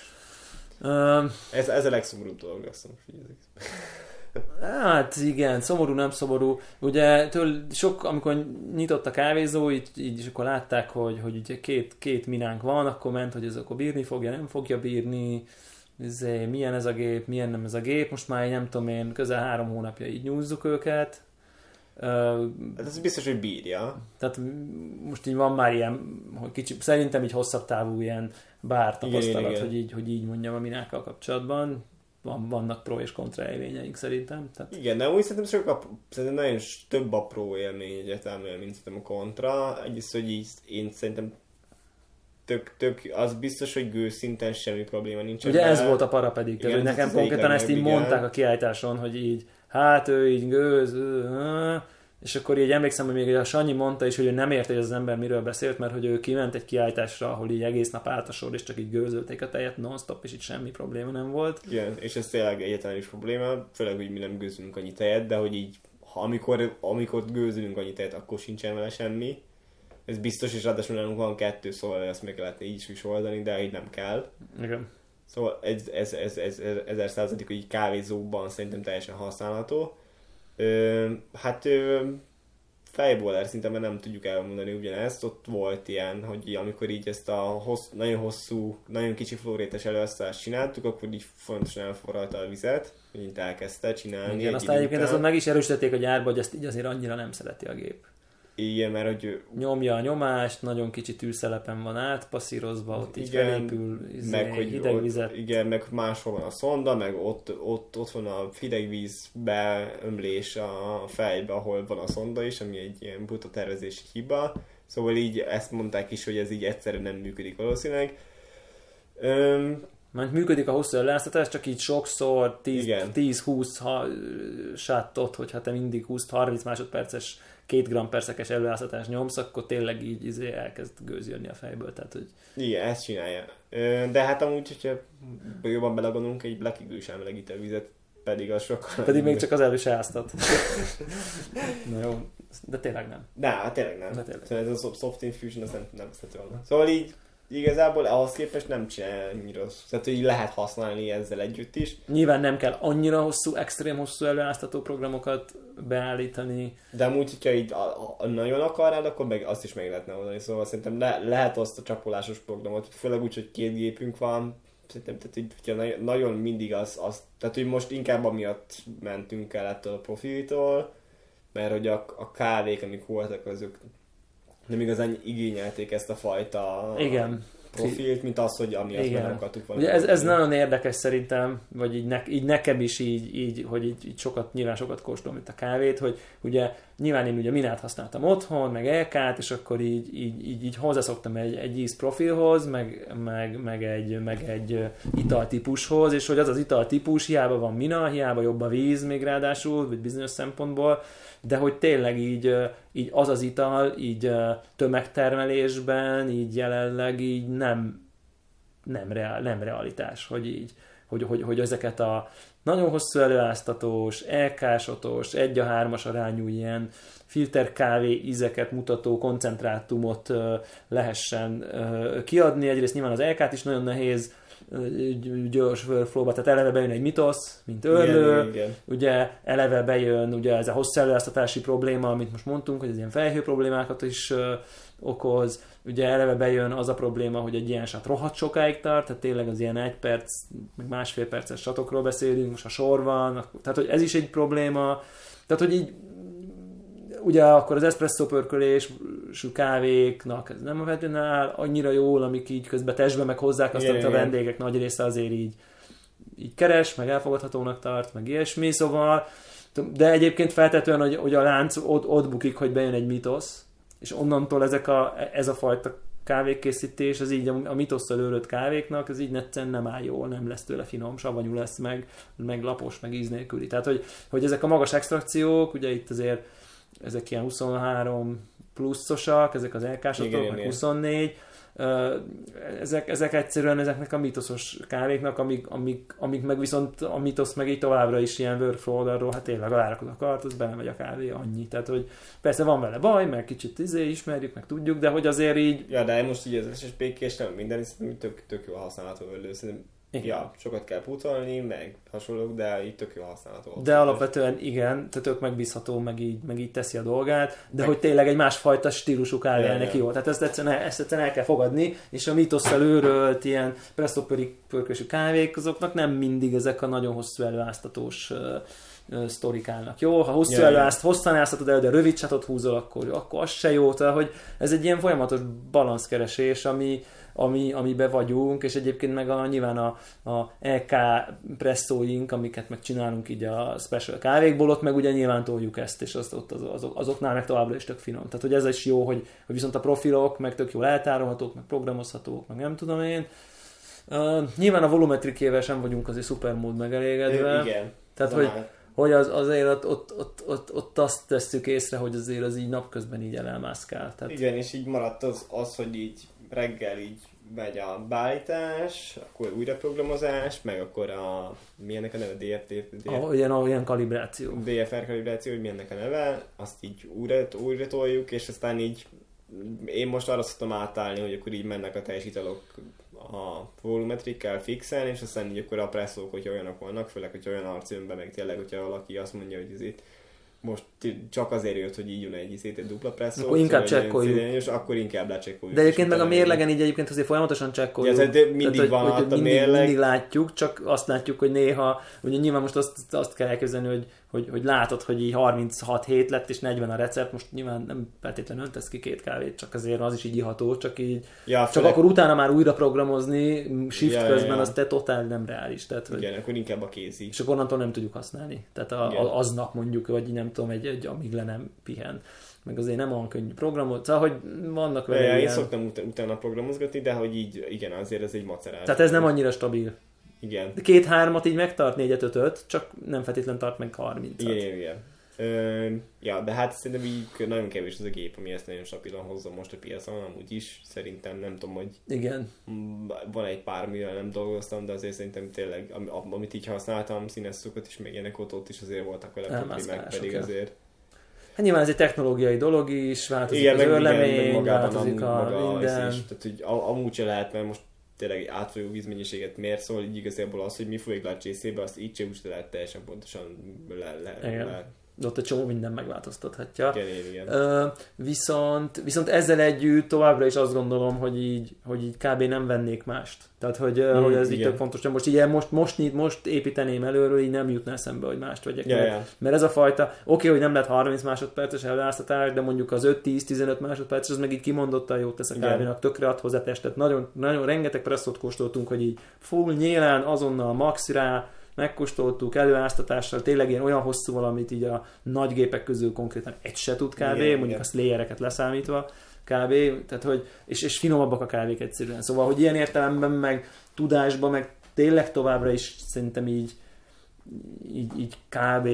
Ez a legszomorúbb dolog, azt mondom. Hát igen, szomorú, nem szomorú. Ugye amikor nyitott a kávézó, így és akkor látták, hogy ugye két minánk van, akkor ment, hogy ez akkor bírni fogja, nem fogja bírni, milyen ez a gép, milyen nem ez a gép. Most már nem tudom én, közel 3 hónapja így nyúzzuk őket. Ez biztos, hogy bírja. Tehát most így van már ilyen, hogy kicsit, szerintem így hosszabb távú ilyen bár tapasztalat, igen. Hogy így mondjam a minákkal kapcsolatban. Vannak pro és kontra élményeink szerintem. Tehát... Igen, de úgy szerintem nagyon több a pro élmény egyetemről, mint szerintem a kontra. Egyrészt, hogy így, én szerintem tök, az biztos, hogy gőzszinten semmi probléma nincs. Ugye ez volt a para pedig, tehát, hogy nekem konkrétan ezt így mondták a kiállításon, hogy így, hát ő így gőz, és akkor így emlékszem, hogy még a Sanyi mondta is, hogy ő nem érte, hogy az ember miről beszélt, mert hogy ő kiment egy kiállításra, ahol így egész nap állt a sor, és csak így gőzölték a tejet non-stop, és így semmi probléma nem volt. Igen, és ez tényleg egyáltalán is probléma, főleg, hogy mi nem gőzülünk annyi tejet, de hogy így, amikor gőzülünk annyi tejet, akkor sincsen vele semmi. Ez biztos, és ráadásul nálunk van 2, szóval ezt meg lehetne így is oldani, de így nem kell. Igen. Szóval ez 1000%, hogy így kávézókban szerintem teljesen használható. fejboiler szinten nem tudjuk elmondani ugyanezt, ott volt ilyen, hogy amikor így ezt a nagyon hosszú, nagyon kicsi flórétes előasztást csináltuk, akkor így fontosan elforralta a vizet, hogy elkezdte csinálni. Igen, aztán egyébként ezt meg is erősítették a gyárba, hogy ezt így azért annyira nem szereti a gép. Igen, mert hogy nyomja a nyomást, nagyon kicsi tűzszelepen van átpasszírozva, ott így felépül meg, hogy hideg vizet. Ott, igen, meg máshol van a szonda, meg ott van a hideg víz beömlés a fejbe, ahol van a szonda is, ami egy ilyen buta tervezési hiba. Szóval így ezt mondták is, hogy ez így egyszerűen nem működik valószínűleg. Mert működik a hosszú előáztatás, csak így sokszor 10-20 sáttot, hogyha te mindig 20-30 másodperces 2 g/s előáztatást nyomsz, akkor tényleg így elkezd gőz jönni a fejből. Tehát, hogy... Igen, ezt csinálja. De hát amúgy, hogyha jobban belagolunk, egy Black Eagle is elmelegíti a vizet, pedig az sokkal... Pedig még csak az elős áztat. Na jó, de tényleg nem. De tényleg nem. Szóval ez a Soft Infusion, az nem veszhető volna. Szóval így igazából ahhoz képest nem csinál annyira rossz. Tehát, hogy lehet használni ezzel együtt is. Nyilván nem kell annyira hosszú, extrém hosszú előáztató programokat beállítani. De amúgy, hogyha így nagyon akarnád, akkor meg azt is meg lehetne oldani. Szóval szerintem lehet azt a csapolásos programot, főleg úgy, hogy 2 gépünk van. Szerintem, tehát így, hogyha nagyon mindig az, tehát hogy most inkább amiatt mentünk el ettől a profiltól, mert hogy a kávék, amik voltak, azok nem igazán igényelték ezt a fajta profilt, mint az, hogy amiatt meg akartuk valami. Ugye ez nagyon érdekes szerintem, vagy így nekem is így hogy így nyilván sokat kóstolom itt a kávét, hogy ugye nyilván én ugye Minát használtam otthon, meg EK-t, és akkor így hozzászoktam egy ízprofilhoz, meg egy italtípushoz, és hogy az az italtípus hiába van Mina, hiába jobb a víz még ráadásul, vagy bizonyos szempontból, de hogy tényleg így az az ital, így tömegtermelésben, így jelenleg így nem realitás, hogy ezeket a nagyon hosszú előáztatós, EK-sotos, 1:3 arányú ilyen filterkávé ízeket mutató koncentrátumot lehessen kiadni. Egyrészt nyilván az EK-t is nagyon nehéz gyors workflow-ba, tehát eleve bejön egy mitosz, mint őrlő, igen. Ugye eleve bejön ugye ez a hosszú előáztatási probléma, amit most mondtunk, hogy ez ilyen felhő problémákat is okoz, ugye eleve bejön az a probléma, hogy egy ilyen sát rohadt sokáig tart, tehát tényleg az ilyen 1 perc, meg másfél perces satokról beszélünk, most a sor van, tehát hogy ez is egy probléma, tehát hogy így ugye akkor az espresso pörkölésű kávéknak ez nem feltétlenül áll annyira jól, amik így közben testbe meg hozzák, aztán a vendégek nagy része azért így keres, meg elfogadhatónak tart, meg ilyesmi, szóval, de egyébként feltétlenül, hogy a lánc ott bukik, hogy bejön egy mitosz, és onnantól ez a fajta kávékészítés, az így a mitosszal őrött kávéknak, ez így egyszerűen nem áll jól, nem lesz tőle finom, savanyú lesz, meg lapos, meg íz nélküli. Tehát, hogy ezek a magas extrakciók, ugye itt azért ezek ilyen 23 pluszosak, ezek az LK-sotok, meg 24, ezek egyszerűen ezeknek a mitoszos kávéknak, amik meg viszont a mitosz meg így továbbra is ilyen workflow oldalról, hát tényleg a várakozó akart, az belemegy a kávé, annyi. Tehát, hogy persze van vele baj, meg kicsit ismerjük, meg tudjuk, de hogy azért így... Ja, de most így az SSP-k és nem minden, szerintem tök jól használható először. Ja, sokat kell pucolni, meg hasonlók, de így tök jól használható. De alapvetően igen, tehát tök megbízható, meg így teszi a dolgát, de hogy tényleg egy másfajta stílusú kávé neki jó. Tehát ezt egyszerűen el kell fogadni, és a mítosszal őrölt ilyen presszopörkölésű kávék, azoknak nem mindig ezek a nagyon hosszú előáztatós sztorik állnak. Jó, ha hosszan áztatod el, de rövid sátot húzol, akkor az se jó. Tehát, hogy ez egy ilyen folyamatos balanszkeresés, amiben vagyunk, és egyébként meg nyilván a EK presszóink, amiket meg csinálunk így a special kávékból, ott meg ugye nyilván toljuk ezt, és azoknál meg továbbra is tök finom. Tehát, hogy ez is jó, hogy viszont a profilok meg tök jól eltárolhatók, meg programozhatók, meg nem tudom én. Nyilván a volumetrikével sem vagyunk azért szupermód megelégedve. Igen. Tehát, hogy azért ott azt tesszük észre, hogy azért az így napközben így elmászkál. Tehát... Igen, és így maradt az, hogy így reggel így megy a beállítás, akkor újraprogramozás, meg akkor mi ennek a neve? Ilyen kalibráció. DFR kalibráció, hogy mi ennek a neve, azt így újra toljuk, és aztán így én most arra szoktam átállni, hogy akkor így mennek a teljesítalok a volumetrikkel fixen, és aztán így akkor a presszók, hogyha olyanok vannak, főleg, hogyha olyan arcjönben, meg tényleg, hogyha valaki azt mondja, hogy ez itt most csak azért jött, hogy így jön egy dupla presszó. Akkor inkább csekkoljuk. És akkor inkább lecsekkoljuk. De egyébként meg a mérlegen így egyébként azért folyamatosan csekkoljuk. Ja, de mindig van ott a mérleg. Mindig látjuk, csak azt látjuk, hogy néha, ugye nyilván most azt kell elképzelni, hogy látod, hogy így 36 hét lett, és 40 a recept, most nyilván nem feltétlenül öntesz ki 2 kávét, csak azért az is így iható, csak így, ja, csak akkor utána már újra programozni, shift közben, az te totál nem reális. Tehát, igen, akkor inkább a kézi. És akkor onnantól nem tudjuk használni. Tehát aznap mondjuk, vagy nem tudom, amíg le nem pihen. Meg azért nem olyan könnyű programot, szóval, hogy vannak vele ilyen... Én szoktam utána programozgatni, de hogy így, igen, azért ez egy macerás. Tehát ez nem annyira stabil. Igen. 2-3-at így megtart, 4-5-5, csak nem feltétlenül tart meg 30-at. Igen. Ja, de hát szerintem így nagyon kevés az a gép, ami ezt nagyon stabilan hozza most a piacon, amúgy is. Szerintem nem tudom, hogy igen. Van egy pár, amivel nem dolgoztam, de azért szerintem tényleg, amit így használtam, színeszukat is, meg ilyenek ott is azért voltak vele problémák, pedig azért. Hát nyilván ez egy technológiai dolog is, változik igen, az őrlemény, változik a minden. És, tehát, hogy amúgy se lehet, mert most tényleg egy átfolyó vízmennyiséget mér, szóval így igazából az, hogy mi folyik le a csészébe, azt így sem úgy lehet teljesen pontosan le. De ott egy csomó minden megváltoztathatja. Igen. Viszont ezzel együtt továbbra is azt gondolom, hogy így kb. Nem vennék mást. Tehát, hogy ez így tök fontos. Most építeném előről, így nem jutna eszembe, hogy mást vegyek. Mert ez a fajta, oké, hogy nem lehet 30 másodperces előáztatás, de mondjuk az 5-10-15 másodperces, az meg így kimondottan jót tesz a kávénak, tökre ad hozzá testet. Nagyon, nagyon rengeteg presszót kóstoltunk, hogy így full nyílán, azonnal max rá, megkóstoltuk előáztatással, tényleg ilyen olyan hosszú valamit így a nagy gépek közül konkrétan egy se tud kb, mondjuk a Slayereket leszámítva kb, tehát hogy, és finomabbak a kávék egyszerűen. Szóval, hogy ilyen értelemben meg tudásban, meg tényleg továbbra is szerintem így kb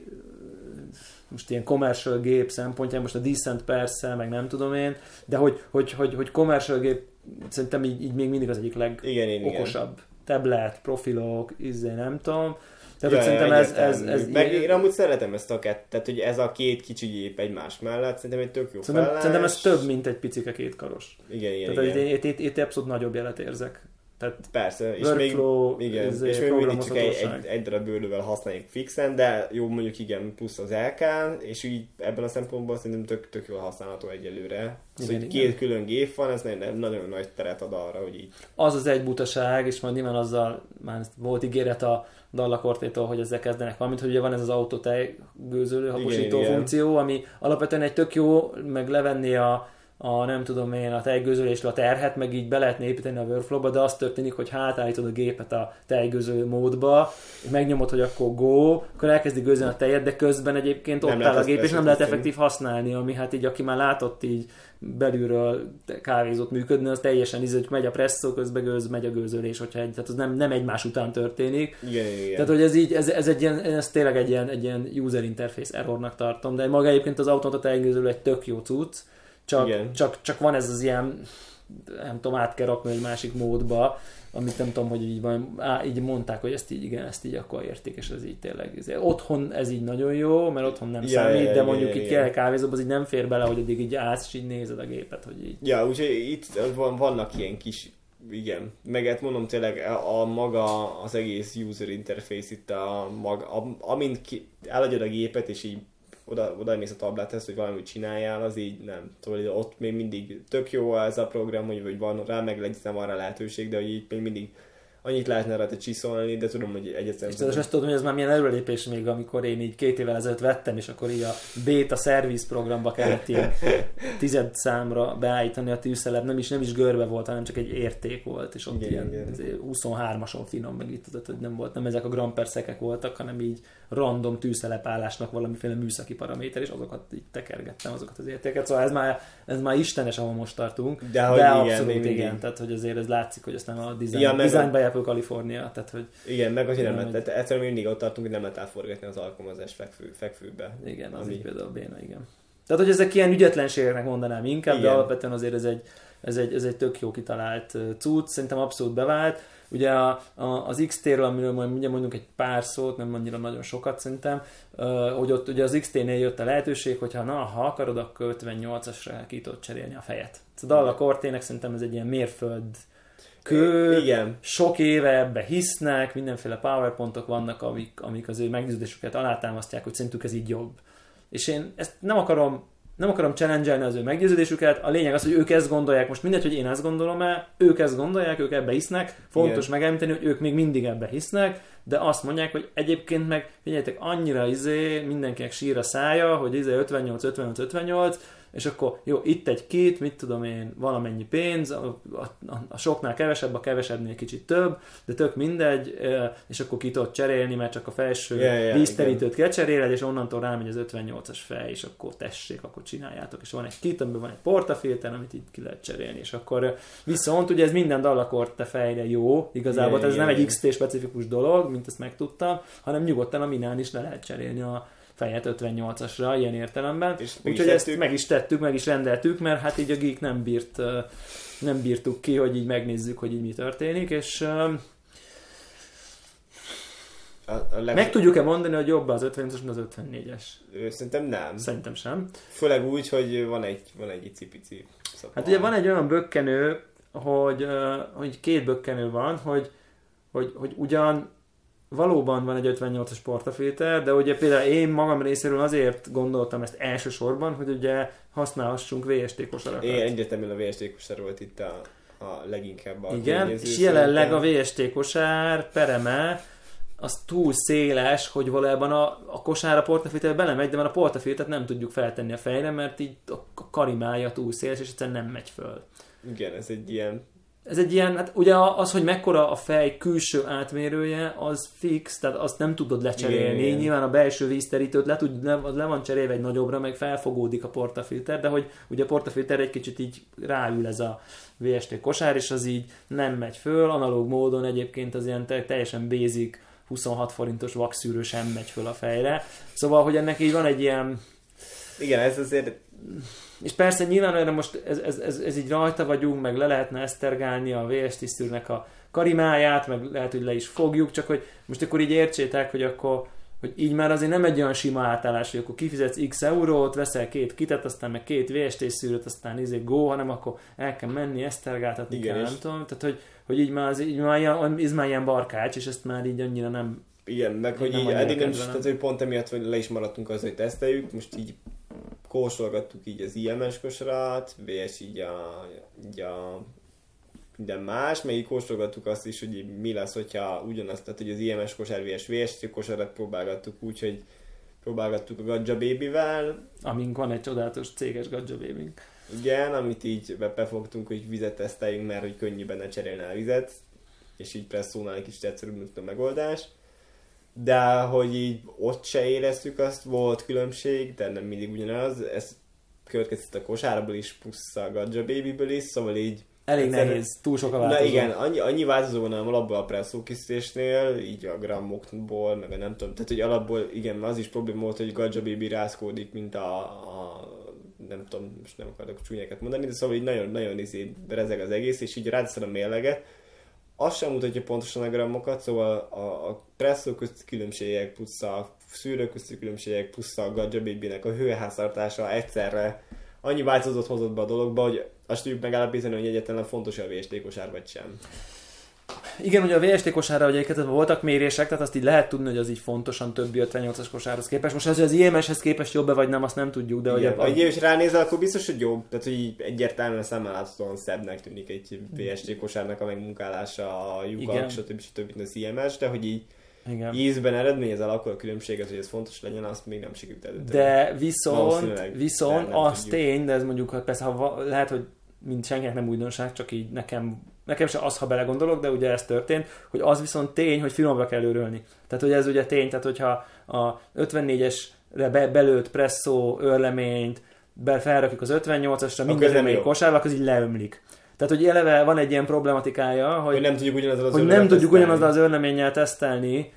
most ilyen commercial gép szempontjából, most a Decent persze, meg nem tudom én, de hogy commercial gép szerintem így még mindig az egyik legokosabb. Tablet, profilok, nem tudom. Tehát szerintem ez meg én amúgy szeretem ezt a tehát hogy ez a két kicsi gép egymás mellett, szerintem egy tök jó felállás. Szerintem ez több, mint egy picike kétkaros. Igen. Tehát itt abszolút nagyobb jelet érzek. Tehát persze, és workflow, még mindig csak egy darab bőrlővel használjuk fixen, de jó mondjuk igen, plusz az LK, és így ebben a szempontból szerintem tök jól használható egyelőre. Szóval két külön gép van, ez nagyon nagy teret ad arra, hogy így. Az egy butaság, és majd nyilván azzal már volt ígéret a Dalla Cortétól, hogy ezzel kezdenek valamint, hogy ugye van ez az autótejgőzölő haposító funkció, ami alapvetően egy tök jó, meg levenni a nem tudom én, a tejgőzölésre a terhet, meg így be lehetne építeni a workflow-ba, de az történik, hogy hátállítod a gépet a tejgőzölő módba, megnyomod, hogy akkor go, akkor elkezdi gőzölni a tejet, de közben egyébként ott áll a gép, és nem lehet effektív használni, ami hát így, aki már látott így belülről kávézót működni, az teljesen hogy megy a presszó, közben megy a gőzölés, hogyha tehát az nem egymás után történik. Igen. Tehát, hogy ez így, ez tényleg egy ilyen user interface errornak tartom, de maga egyébként az automata tejgőzölő egy tök jó cucc, csak van ez az ilyen, nem tudom, át kell rakni egy másik módba, amit nem tudom, hogy így van, így mondták, hogy ezt így akkor érték, és ez így tényleg. Otthon ez így nagyon jó, mert otthon nem számít, de mondjuk itt kell kávézóban, az így nem fér bele, hogy addig így állsz, és így nézed a gépet, hogy így. Ja, úgyhogy itt vannak ilyen kis, igen, meg hát mondom tényleg az egész user interface itt amint eladjad a gépet, és így oda mész a tablethez, hogy valamit csináljál, az így nem. Szóval ott még mindig tök jó ez a program, hogy van rá, meg legyen van rá lehetőség, de hogy így még mindig annyit lehetne rá csiszolni, de tudom, hogy egyszerűen... És azt tudom, hogy ez már milyen előrelépés még, amikor én így 2 évvel ezelőtt vettem, és akkor így a beta service programba kellett ilyen 10 számra beállítani a tűzszelet, nem is görbe volt, hanem csak egy érték volt, és ott ilyen 23-ason finom, meg itt tudod, hogy nem ezek a gramperszekek voltak, hanem így random tűzszelepállásnak valamiféle műszaki paraméter, és azokat így tekergettem, azokat az értéket. Szóval ez már istenes, ahol most tartunk. De abszolút igen. Tehát, hogy azért ez látszik, hogy ezt nem a design by Apple California. Tehát, hogy igen, meg hogy nem lehet. Tehát egyszerűen mindig ott tartunk, hogy nem lehet elforgatni az alkalmazás fekvőbe. Igen, az így például béna, igen. Tehát, hogy ezek ilyen ügyetlenségeknek mondanám inkább, igen. De alapvetően azért ez egy tök jó kitalált cucc, szerintem abszolút bevált. Ugye az XT-ről, amiről majd ugye mondjuk egy pár szót, nem annyira nagyon sokat szerintem, hogy ott ugye az XT-nél jött a lehetőség, hogyha ha akarod, akkor 58-asra ki tudod cserélni a fejet. A Dalla Cortének szerintem ez egy ilyen mérföld kő, igen. Sok éve ebbe hisznek, mindenféle powerpontok vannak, amik az ő meggyőződésüket alátámasztják, hogy szerintük ez így jobb. és én ezt nem akarom challenge-elni az ő meggyőződésüket, a lényeg az, hogy ők ezt gondolják, most mindegy, hogy én ezt gondolom-e, ők ezt gondolják, ők ebbe hisznek, fontos megemlíteni, hogy ők még mindig ebbe hisznek, de azt mondják, hogy egyébként meg, figyeljetek, annyira mindenkinek sír a szája, hogy 58, és akkor jó, itt egy kit, mit tudom én, valamennyi pénz, a soknál kevesebb, a kevesebbnél kicsit több, de tök mindegy, és akkor ki tudod cserélni, mert csak a felső vízterítőt kell cseréled, és onnantól rámegy az 58-as fej, és akkor tessék, akkor csináljátok, és van egy kit, amiben van egy portafilter, amit itt ki lehet cserélni, és akkor viszont ugye ez minden Dallacorde fejre jó, igazából ez nem egy XT specifikus dolog, mint ezt megtudtam, hanem nyugodtan a Minán is le lehet cserélni a fejet 58-asra, ilyen értelemben. Úgyhogy ezt meg is tettük, meg is rendeltük, mert hát így a Geek nem bírtuk ki, hogy így megnézzük, hogy így mi történik, és meg tudjuk-e mondani, hogy jobb az 58-as, mint az 54-es? Szerintem nem. Szerintem sem. Főleg úgy, hogy van egy icipici szappan. Hát ugye van egy olyan bökkenő, hogy két bökkenő van, hogy ugyan valóban van egy 58-as portafilter, de ugye például én magam részéről azért gondoltam ezt elsősorban, hogy ugye használhassunk VST kosarakat. Én egyértelműen a VST kosár volt itt a leginkább a igen, és jelenleg a VST kosár pereme az túl széles, hogy valójában a kosár a portafilter belemegy, de már a portafiltert nem tudjuk feltenni a fejre, mert így a karimája túl széles, és egyszerűen nem megy föl. Igen, ez egy ilyen, hát ugye az, hogy mekkora a fej külső átmérője, az fix, tehát azt nem tudod lecserélni. Igen. Nyilván a belső vízterítőt le van cserélve egy nagyobbra, meg felfogódik a portafilter, de hogy ugye a portafilter egy kicsit így ráül ez a VST kosár, és az így nem megy föl. Analóg módon egyébként az ilyen teljesen basic 26 forintos vakszűrő sem megy föl a fejre. Szóval, hogy ennek így van egy ilyen... Igen, ez azért... És persze nyilván erre most ez így rajta vagyunk, meg le lehetne esztergálni a VST szűrnek a karimáját, meg lehet, hogy le is fogjuk, csak hogy most akkor így értsétek, hogy akkor hogy így már azért nem egy olyan sima átállás, hogy akkor kifizetsz x eurót, veszel két kitet, aztán meg két VST szűrőt, aztán go, hanem akkor el kell menni, esztergáltatni kell, nem tudom. Tehát, hogy így már ez már ilyen barkács, és ezt már így annyira nem... Igen, meg hogy így eddig nem is, tehát, hogy pont emiatt, hogy le is maradtunk az, hogy teszteljük, most így kóstolgattuk így az IMS kosarat, VS így a minden más, meg így kóstolgattuk azt is, hogy mi lesz, hogyha ugyanazt, tehát hogy az IMS kosár VS kosarat próbálgattuk úgy, hogy próbálgattuk a Gadja Baby-vel. Amink van egy csodálatos céges Gadja Baby-nk. Igen, amit így befogtunk, hogy vizet teszteljünk, mert hogy könnyű benne cserélni a vizet, és így presszónál egy kicsit egyszerűbb, mint a megoldás. De hogy így ott se éreztük azt, volt különbség, de nem mindig ugyanaz. Ez következett a kosárból is, plusz a Gadja Babyből is, szóval így... Elég nehéz, túl sok a változó. Na igen, annyi változó van alapból a presszó készítésnél, így a grammokból, meg a nem tudom, tehát hogy alapból igen, az is probléma volt, hogy Gadja Baby rázkódik, mint a nem tudom, most nem akarok csúnyákat mondani, de szóval így nagyon rezeg az egész, és így ráteszed a mérleget. Azt sem mutatja pontosan a grammokat, szóval a presszó közti különbségek, plusz a szűrő közti különbségek, plusz a Gadja Baby-nek a hőháztartása egyszerre annyi változót hozott be a dologba, hogy azt tudjuk megállapítani, hogy egyáltalán fontos a VST kosár vagy sem. Igen, ugye a VST kosárra ugye voltak mérések, tehát azt így lehet tudni, hogy az így fontosan többi 58-as kosárhoz képest. Most az IMS-hez képest jobb-e vagy nem, azt nem tudjuk, de igen, hogy és ránézel, akkor biztos, hogy jobb. Tehát, hogy egyértelműen szemmel láthatóan szebbnek tűnik egy VST kosárnak a megmunkálása, a lyukak, stb. Az IMS, de hogy így igen. Ízben eredményezel akkor a különbséget, hogy ez fontos legyen, azt még nem sikerült eldönteni. De viszont az tény, de ez mondjuk, persze lehet, hogy mint senkinek nem újdonság, csak így nekem se az, ha belegondolok, de ugye ez történt, hogy az viszont tény, hogy finomra kell őrölni. Tehát, hogy ez ugye tény, tehát hogyha a 54-esre belőtt presszó örleményt felrakjuk az 58-asra, minden még kosárlak, az így leömlik. Tehát, hogy eleve van egy ilyen problematikája, hogy nem tudjuk ugyanazzal az örleménnyel tesztelni.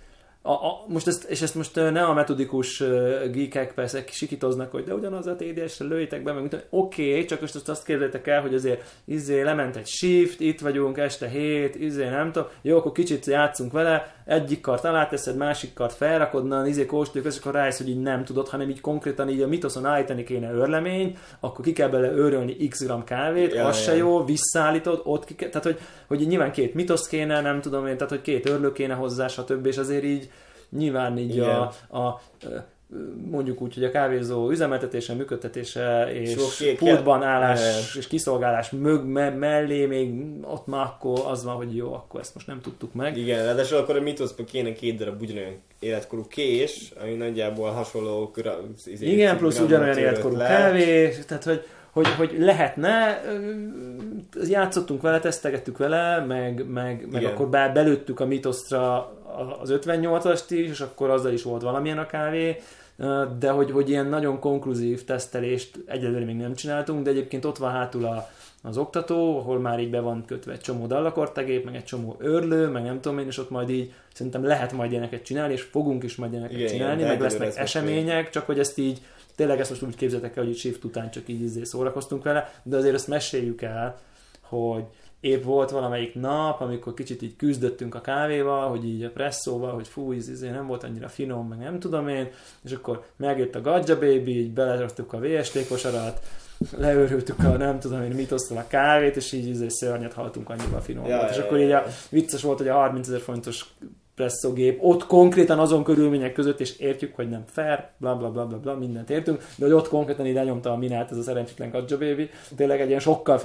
Ezt most ne a metodikus geekek persze sikítoznak, hogy de ugyanaz a TDS-re lőjétek be, meg oké, csak most azt képzeljétek el, hogy azért lement egy shift, itt vagyunk, este 7, nem tudom, jó, akkor kicsit játszunk vele, egyik kart aláteszed, másik kart felrakod, kóstoljuk, és akkor rájössz, hogy így nem tudod, hanem így konkrétan így a mitoszon állítani kéne örleményt, akkor ki kell bele őrölni x gram kávét, az se jó, visszaállítod, ott tehát hogy nyilván 2 mitosz kéne, nem tudom én, tehát hogy 2 örlő kéne hozzá, stb. És azért így nyilván így mondjuk úgy, hogy a kávézó üzemeltetése, működtetése és pultban állás és kiszolgálás mellé még ott már akkor az van, hogy jó, akkor ezt most nem tudtuk meg. Igen, ráadásul akkor a Mythosban kéne 2 darab ugyanolyan életkorú kés, ami nagyjából hasonló igen, plusz ugyanolyan életkorú kávé, tehát hogy lehetne, játszottunk vele, tesztelgettük vele, meg akkor belőttük a Mythosra az 58-ast is, és akkor azzal is volt valamilyen a kávé, de hogy ilyen nagyon konkluzív tesztelést egyelőre még nem csináltunk, de egyébként ott van hátul az oktató, ahol már így be van kötve egy csomó dallakortegép, meg egy csomó őrlő, meg nem tudom én, és ott majd így szerintem lehet majd ilyeneket csinálni, és fogunk is majd ilyeneket csinálni, meg lesznek események, csak hogy ezt így tényleg ezt most úgy képzeltek el, hogy itt shift után csak így szórakoztunk vele, de azért ezt meséljük el, hogy épp volt valamelyik nap, amikor kicsit így küzdöttünk a kávéval, hogy így a presszóval, hogy fú, ez nem volt annyira finom, meg nem tudom én, és akkor megjött a Gadja Baby, így beleraktuk a VST kosarat, leőrültük a nem tudom én Mythosztól a kávét, és így szörnyet haltunk, annyival finom volt. És akkor így vicces volt, hogy a 30 000 forintos presszogép, ott konkrétan azon körülmények között, és értjük, hogy nem fair, bla bla bla bla, bla mindent értünk, de hogy ott konkrétan így lenyomta a minát ez a szerencsétlen Gadja Baby, tényleg egy ilyen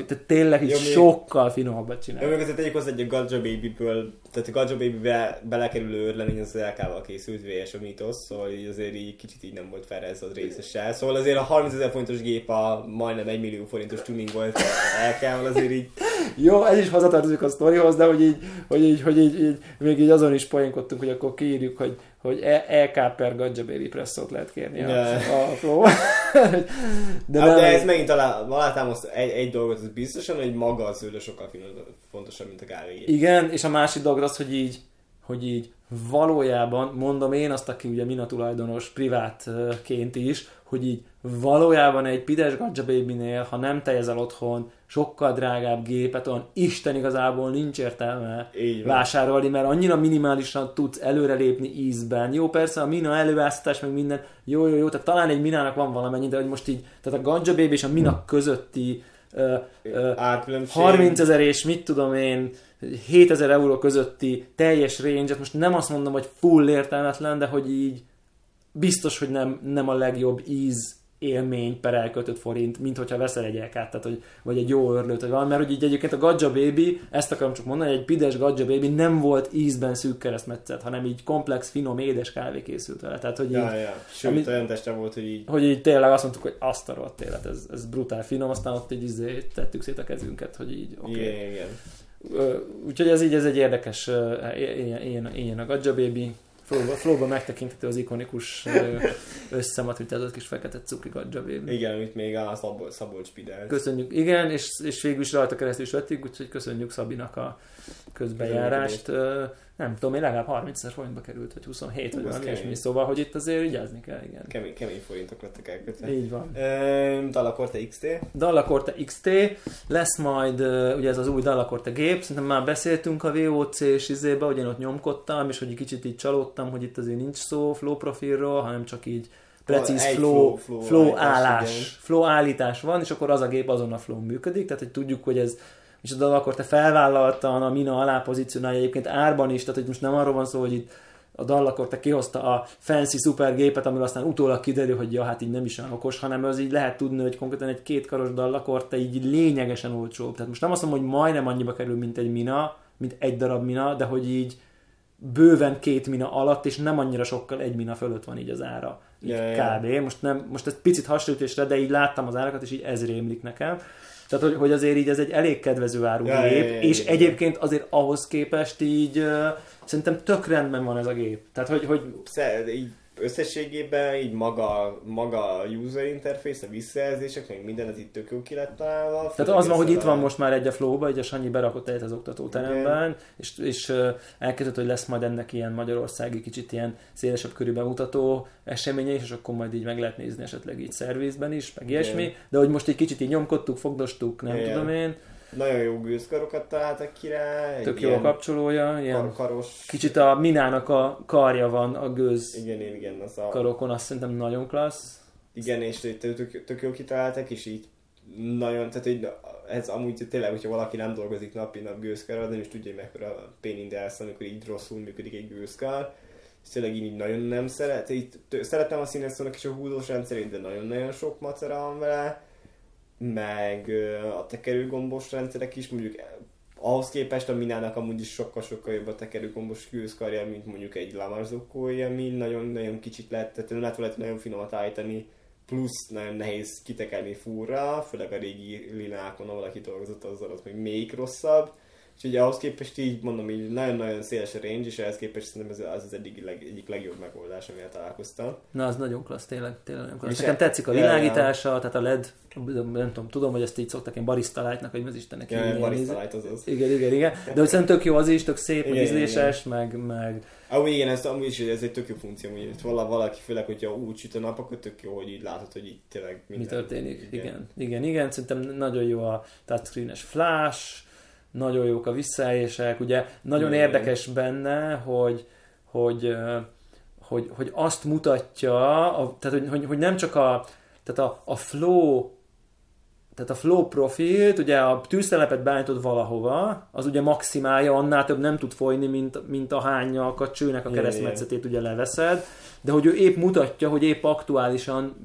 sokkal finomabbat csinál. Jó, még azért tegyük hozzá, hogy a Gadja Babyből, tehát a Gadja Babybe belekerülő őrlemény az LK-val készült VS a Mythos, szóval így azért így kicsit így nem volt fair ez az részessel. Szóval azért a 30 000 forintos gép a majdnem 1 millió forintos tuning volt LK-val, azért így... Jó, ez is hozzatartozik a sztorihoz, de hogy így még így azon is poénkodtunk, hogy akkor kiírjuk, hogy EK per Gadja Baby presszót lehet kérni a Flow. de ez megint alátámaszt egy dolgot, az biztosan, hogy maga a szőlő sokkal fontosabb, mint a kávé. Igen, és a másik dolog az, hogy így valójában, mondom én azt, aki ugye Mina tulajdonos privátként is, hogy így valójában egy pides Gadja Babynél, ha nem teljezel otthon, sokkal drágább gépet, olyan Isten igazából nincs értelme vásárolni, mert annyira minimálisan tudsz előrelépni ízben. Jó, persze a Mina előállítás, meg minden, jó, tehát talán egy Minának van valamennyi, de hogy most így, tehát a Gadja Baby és a Mina közötti 30 000 és mit tudom én, 7000 euró közötti teljes range-et, most nem azt mondom, hogy full értelmetlen, de hogy így biztos, hogy nem a legjobb íz élmény per elköltött forint, mint hogyha veszel egy LK-t, tehát, vagy egy jó örlőt, vagy valami, mert hogy így egyébként a Gadja Baby, ezt akarom csak mondani, hogy egy pides Gadja Baby nem volt ízben szűk keresztmetszet, hanem így komplex, finom, édes kávé készült vele. Tehát, hogy így, sőt, olyan teste volt, hogy így... Hogy így tényleg azt mondtuk, hogy azt a rohadt élet, ez brutál finom, aztán ott így tettük szét a kezünket, hogy így oké. Igen. Úgyhogy ez egy érdekes ilyen a Gadja Baby. Flow-ban megtekinthető az ikonikus összematritázott kis fekete cukri Gadja Baby. Igen, amit még a Szabolcs Pidel. Köszönjük, igen, és végül is rajta keresztül is vettük, úgyhogy köszönjük Szabinak a közbejárást. Nem tudom, én legalább 30 000 forintba került, vagy 27, vagy valami ilyesmi, szóval, hogy itt azért vigyázni kell, igen. Kemény forintok lettek elkötve. Így van. Dallakorte XT. Dallakorte XT, lesz majd, ugye ez az új Dallakorte gép, szerintem már beszéltünk a VOC-s izébe, ugyan ott nyomkodtam, és hogy egy kicsit így csalódtam, hogy itt azért nincs szó flow profilról, hanem csak így precíz flow állítás van, és akkor az a gép azon a flow működik, tehát hogy tudjuk, hogy ez és a Dallakorte felvállaltan a Mina alá pozícionálja egyébként árban is, tehát hogy most nem arról van szó, hogy itt a Dallakorte kihozta a fancy szuper gépet, amiről aztán utólag kiderül, hogy ja, hát így nem is olyan okos, hanem az így lehet tudni, hogy konkrétan egy 2 karos Dallakorte így lényegesen olcsóbb. Tehát most nem azt mondom, hogy majdnem annyiba kerül, mint egy Mina, mint egy darab Mina, de hogy így bőven 2 Mina alatt, és nem annyira sokkal egy Mina fölött van így az ára. Így kb. Most ez picit hasonlítésre, de így láttam az árakat, és így ez rémlik nekem. Tehát, hogy azért így ez egy elég kedvező áru gép, és egyébként azért ahhoz képest így szerintem tök rendben van ez a gép. Tehát, hogy így összességében így maga a user interface, a visszajelzések, meg minden az itt tök jó ki lett találva. Tehát az van, hogy itt van most már egy a Flow-ba, így a Sanyi berakott egyet az oktatóteremben, és elkezdett, hogy lesz majd ennek ilyen magyarországi kicsit ilyen szélesebb körű bemutató eseménye is, és akkor majd így meg lehet nézni esetleg így szervizben is, meg ilyesmi, de hogy most egy kicsit így nyomkodtuk, fogdostuk, nem tudom én. Nagyon jó gőzkarokat találtak ki rá. Tök jó a kapcsolója. Ilyen karos. Kicsit a Minának a karja van a gőz igen, az a... karokon, azt szerintem nagyon klassz. Igen, és tök jó kitaláltak, és így nagyon, tehát így, ez amúgy tényleg, hogyha valaki nem dolgozik napi nap gőzkarral, de is tudja, hogy mekkora pain in the ass, amikor így rosszul működik egy gőzkar. és tényleg így nagyon nem szeretem a színesztónak és a húzós rendszerét, de nagyon-nagyon sok macera van vele, meg a tekerőgombos rendszerek is, mondjuk ahhoz képest a Minának amúgy is sokkal-sokkal jobb a tekerőgombos gőzkarja, mint mondjuk egy Lamarzokója, ami nagyon-nagyon kicsit lehet nagyon finomat állítani, plusz nagyon nehéz kitekerni fúrra, főleg a régi linákon, ahol valaki dolgozott, az még rosszabb. Úgyhogy ahhoz képest így mondom, így nagyon-nagyon széles a range, és ehhez képest szerintem ez az egyik legjobb megoldás, amivel találkoztam. Na, az nagyon klassz, tényleg nagyon klassz. Nekem tetszik a világítása, tehát a LED, nem tudom, hogy ezt így szoktak ilyen barista lightnak, hogy az Istennek hívni. Barista light az. Igen. De hogy szerintem tök jó az is, tök szép, meg ízléses, meg... Igen, ez egy tök jó funkció, hogy valaki, főleg, hogyha úgy süt a nap, akkor tök jó, hogy így látod, hogy itt tényleg minden... Mi történik, igen. Szerintem nagyon jó a touchscreen-es flash, nagyon jók a visszaélések, ugye nagyon érdekes benne, hogy azt mutatja, tehát hogy nem csak a flow, tehát a flow profilt, ugye a tűztelepet beállítod valahova, az ugye maximálja, annál több nem tud folyni, mint ahányak a csőnek a keresztmetszetét ugye leveszed, de hogy ő épp mutatja, hogy épp aktuálisan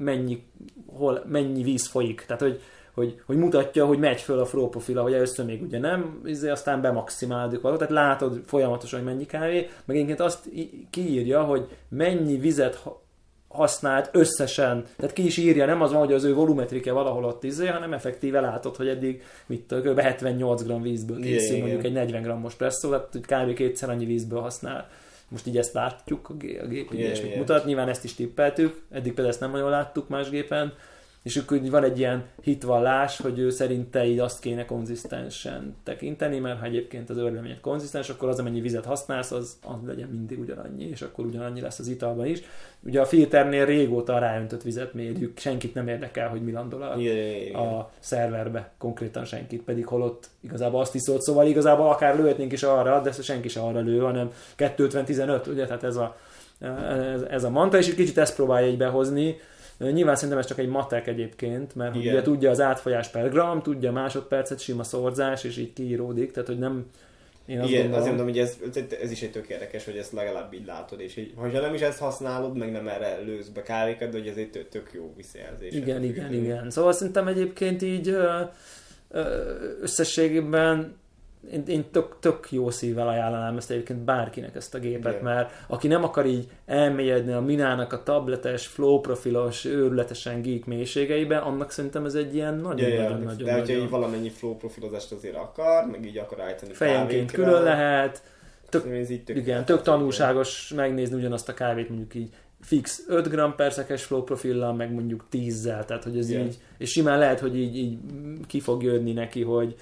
mennyi víz folyik, tehát hogy mutatja, hogy megy föl a flow profila, hogy először még ugye nem, aztán bemaximálódik valahol, tehát látod folyamatosan, hogy mennyi kávé, meg egyébként azt kiírja, hogy mennyi vizet használt összesen, tehát ki is írja, nem az van, hogy az ő volumetrike valahol ott hanem effektíve látod, hogy eddig kb. 78 g vízből készül mondjuk egy 40 g-os presszó, tehát hogy kb. Kétszer annyi vízből használ. Most így ezt látjuk, a gép ilyesmit mutat, nyilván ezt is tippeltük, eddig például ezt nem nagyon láttuk más gépen, és akkor van egy ilyen hitvallás, hogy ő szerinte így azt kéne konzisztensen tekinteni, mert ha egyébként az örleményed konzisztens, akkor az, amennyi vizet használsz, az legyen mindig ugyanannyi, és akkor ugyanannyi lesz az italban is. Ugye a filternél régóta a ráöntött vizet mérjük, senkit nem érdekel, hogy mi landol a szerverbe, konkrétan senkit, pedig holott igazából azt iszolt, szóval igazából akár lőhetnénk is arra, de senki se arra lő, hanem 250-15, ugye, tehát ez a mantra, és egy kicsit ezt próbálja így behozni. Nyilván szerintem ez csak egy matek egyébként, mert ugye tudja az átfolyás per gram, tudja a másodpercet, sima szorzás, és így kiíródik, tehát hogy nem... Azért mondom, hogy ez is egy tök érdekes, hogy ezt legalább így látod, és így, hogyha nem is ezt használod, meg nem erre lősz be kávékat, de hogy ez egy tök jó visszajelzés. Igen. Szóval szerintem egyébként így összességében én tök jó szívvel ajánlanám ezt egyébként bárkinek ezt a gépet, mert aki nem akar így elmélyedni a Minának a tabletes, flow profilos, őrületesen geek mélységeibe, annak szerintem ez egy ilyen nagyon-nagyon... De hogyha így valamennyi flow profilozást azért akar, meg így akar állítani fejenként külön lehet, tök tanulságos megnézni ugyanazt a kávét mondjuk így fix 5 g/s flow profillal, meg mondjuk 10-zel, tehát hogy ez így, és simán lehet, hogy így ki fog jönni neki, hogy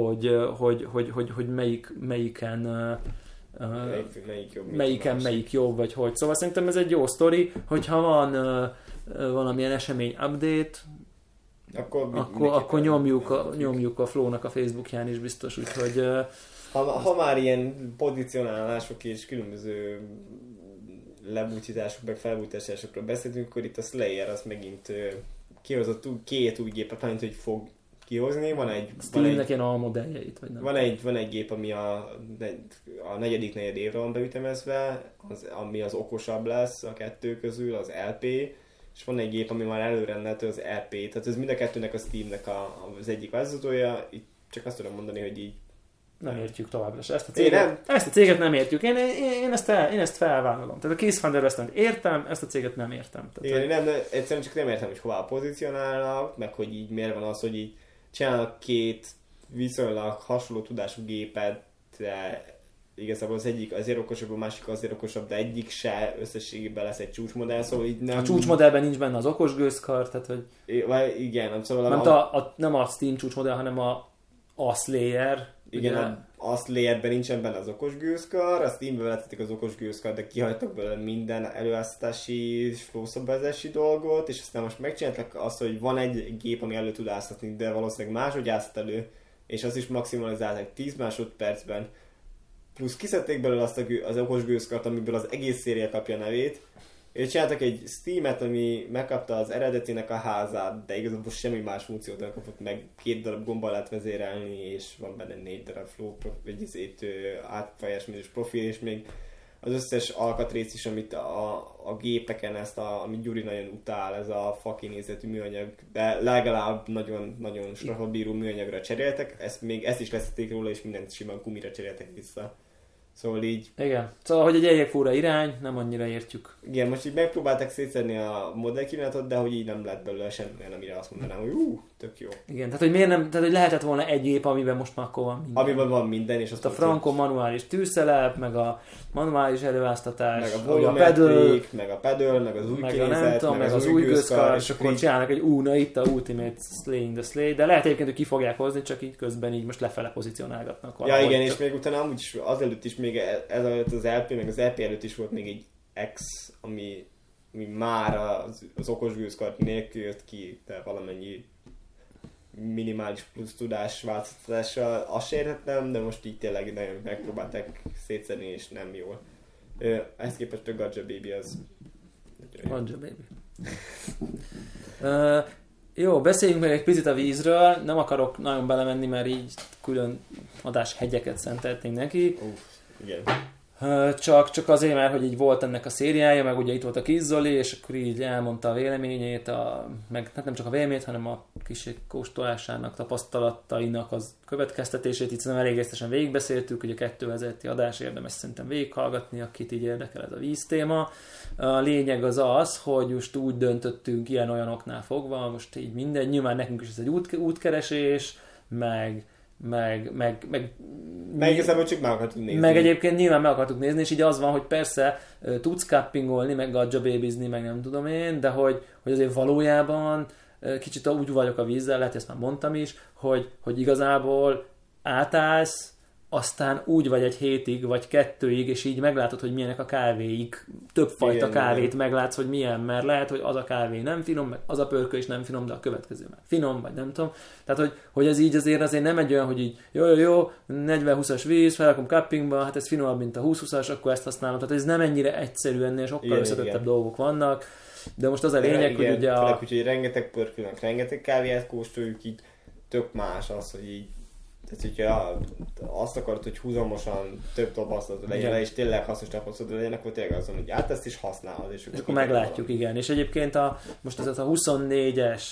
melyik jobb, vagy hogy. Szóval szerintem ez egy jó sztori, hogyha van valamilyen esemény update, akkor nyomjuk a Flow-nak a Facebookján is biztos, úgyhogy... Ha már ilyen pozicionálások és különböző lebújtítások, meg felbújtásokról beszéltünk, akkor itt a Slayer az megint kihozott két új gépet, mint hogy fog kihozni. Steamnek ilyen almodelljeit, vagy nem? Van egy gép, ami a negyedik évre van beütemezve, ami az okosabb lesz a kettő közül, az LP, és van egy gép, ami már előrendelhető, az LP, tehát ez mind a kettőnek a Steamnek az egyik változtatója, itt csak azt tudom mondani, hogy így nem értjük továbbra se. Ezt a céget nem értjük. Én ezt felvállalom. Tehát a Keith Van Der Westent értem, ezt a céget nem értem. Tehát, de egyszerűen csak nem értem, hogy hová pozícionálnak, meg hogy így miért van az, hogy így csinálnak két viszonylag hasonló tudású gépet, de igazából az egyik azért okosabb, a másik azért okosabb, de egyik se összességében lesz egy csúcsmodell, szóval így nem... A csúcsmodellben nincs benne az okos gőzkar, tehát hogy... Igen, szóval... Nem a Steam csúcsmodell, hanem a Slayer. Igen, a Slayerben nincsen benne az okos gőzkar, a Steambe vetítik az okos gőzkar, de kihagytak belőle minden előáztatási, flowszabályozási dolgot, és aztán most megcsináltak azt, hogy van egy gép, ami elő tud áztatni, de valószínűleg máshogy áztat elő, és azt is maximalizálták 10 másodpercben, plusz kiszedték belőle azt az okos gőzkart, amiből az egész széria kapja nevét, és csináltak egy Steamet, ami megkapta az eredetének a házát, de igazából semmi más funkciót nem kapott meg, 2 darab gombbal lehet vezérelni, és van benne 4 darab flow, egy átfajásmérős profil, és még az összes alkatrész is, amit a gépeken, amit Gyuri nagyon utál, ez a fakinézetű műanyag, de legalább nagyon strapabíró műanyagra cseréltek, ezt is leszették róla, és mindent simán gumira cseréltek vissza. Szóval így... Igen. Szóval, hogy egy elég fura irány, nem annyira értjük. Igen, most így megpróbálták szétszedni a modellkínálatot, de hogy így nem lett belőle semmilyen, amire azt mondanám, hogy tök jó. Igen, tehát hogy miért nem, tehát hogy lehetett volna egy gép, amiben most már akkor van minden. Amiben van minden, és azt a Franco manuális tűzszelep, meg a manuális előáztatás, meg a volumetrik, meg a pedal, meg az új kézet, meg az új gőzkar, és akkor csinálnak egy na itt a Ultimate Slaying the Slay, de lehet egyébként, hogy ki fogják hozni, csak így közben így most lefele pozícionálgatnak valahogy. Ja igen, és még utána amúgy is, azelőtt is még ezelőtt az LP, meg az LP előtt is volt még egy X, ami már az okos gőzkar nélkül jött ki, de valamennyi minimális plusz tudás változtatással azt se értettem, de most így tényleg nagyon megpróbálták szétszedni, és nem jól. Ezt képest a Gadget Baby az... Gadget Baby. Jó, beszéljünk meg egy picit a vízről, nem akarok nagyon belemenni, mert így külön adás hegyeket szenteltünk neki. Igen. Csak azért már, hogy így volt ennek a szériája, meg ugye itt volt a Kis Zoli, és akkor így elmondta a véleményét, meg hát nem csak a véleményét, hanem a kis kóstolásának, tapasztalatainak az következtetését. Itt szerintem elég részletesen végigbeszéltük, hogy a 2007-i adás érdemes szerintem végighallgatni, akit így érdekel ez a víztéma. A lényeg az, hogy most úgy döntöttünk ilyen-olyanoknál fogva, most így mindegy, nyilván nekünk is ez egy útkeresés, meg igazából csak meg akartuk nézni. Meg egyébként nyilván meg akartuk nézni, és így az van, hogy persze tudsz cuppingolni, meg Gadget Babyzni, meg nem tudom én, de hogy azért valójában kicsit úgy vagyok a vízzel, lehet, ezt már mondtam is, hogy igazából átállsz, aztán úgy vagy egy hétig, vagy 2-ig, és így meglátod, hogy milyenek a kávéik. Többfajta kávét meglátsz, hogy milyen, mert lehet, hogy az a kávé nem finom, meg az a pörköl is nem finom, de a következő már finom, vagy nem tudom. Tehát, hogy ez így azért nem egy olyan, hogy így jó, 40-20-as víz, felrakom cuppingba, hát ez finomabb, mint a 20-20-as, akkor ezt használom. Tehát ez nem ennyire egyszerű, ennél sokkal összetettebb dolgok vannak. De most az a lényeg, hogy ugye úgyhogy rengeteg pörkölnek, rengeteg kávéját kóstoljuk, így tök más az, hogy így tehát, hogyha azt akarod, hogy húzamosan több tapasztalat legyen le, és tényleg hasznos tapasztalat legyen, akkor tényleg azon, hogy ezt is használod. És akkor meglátjuk, valami. Igen. És egyébként most ez a 24-es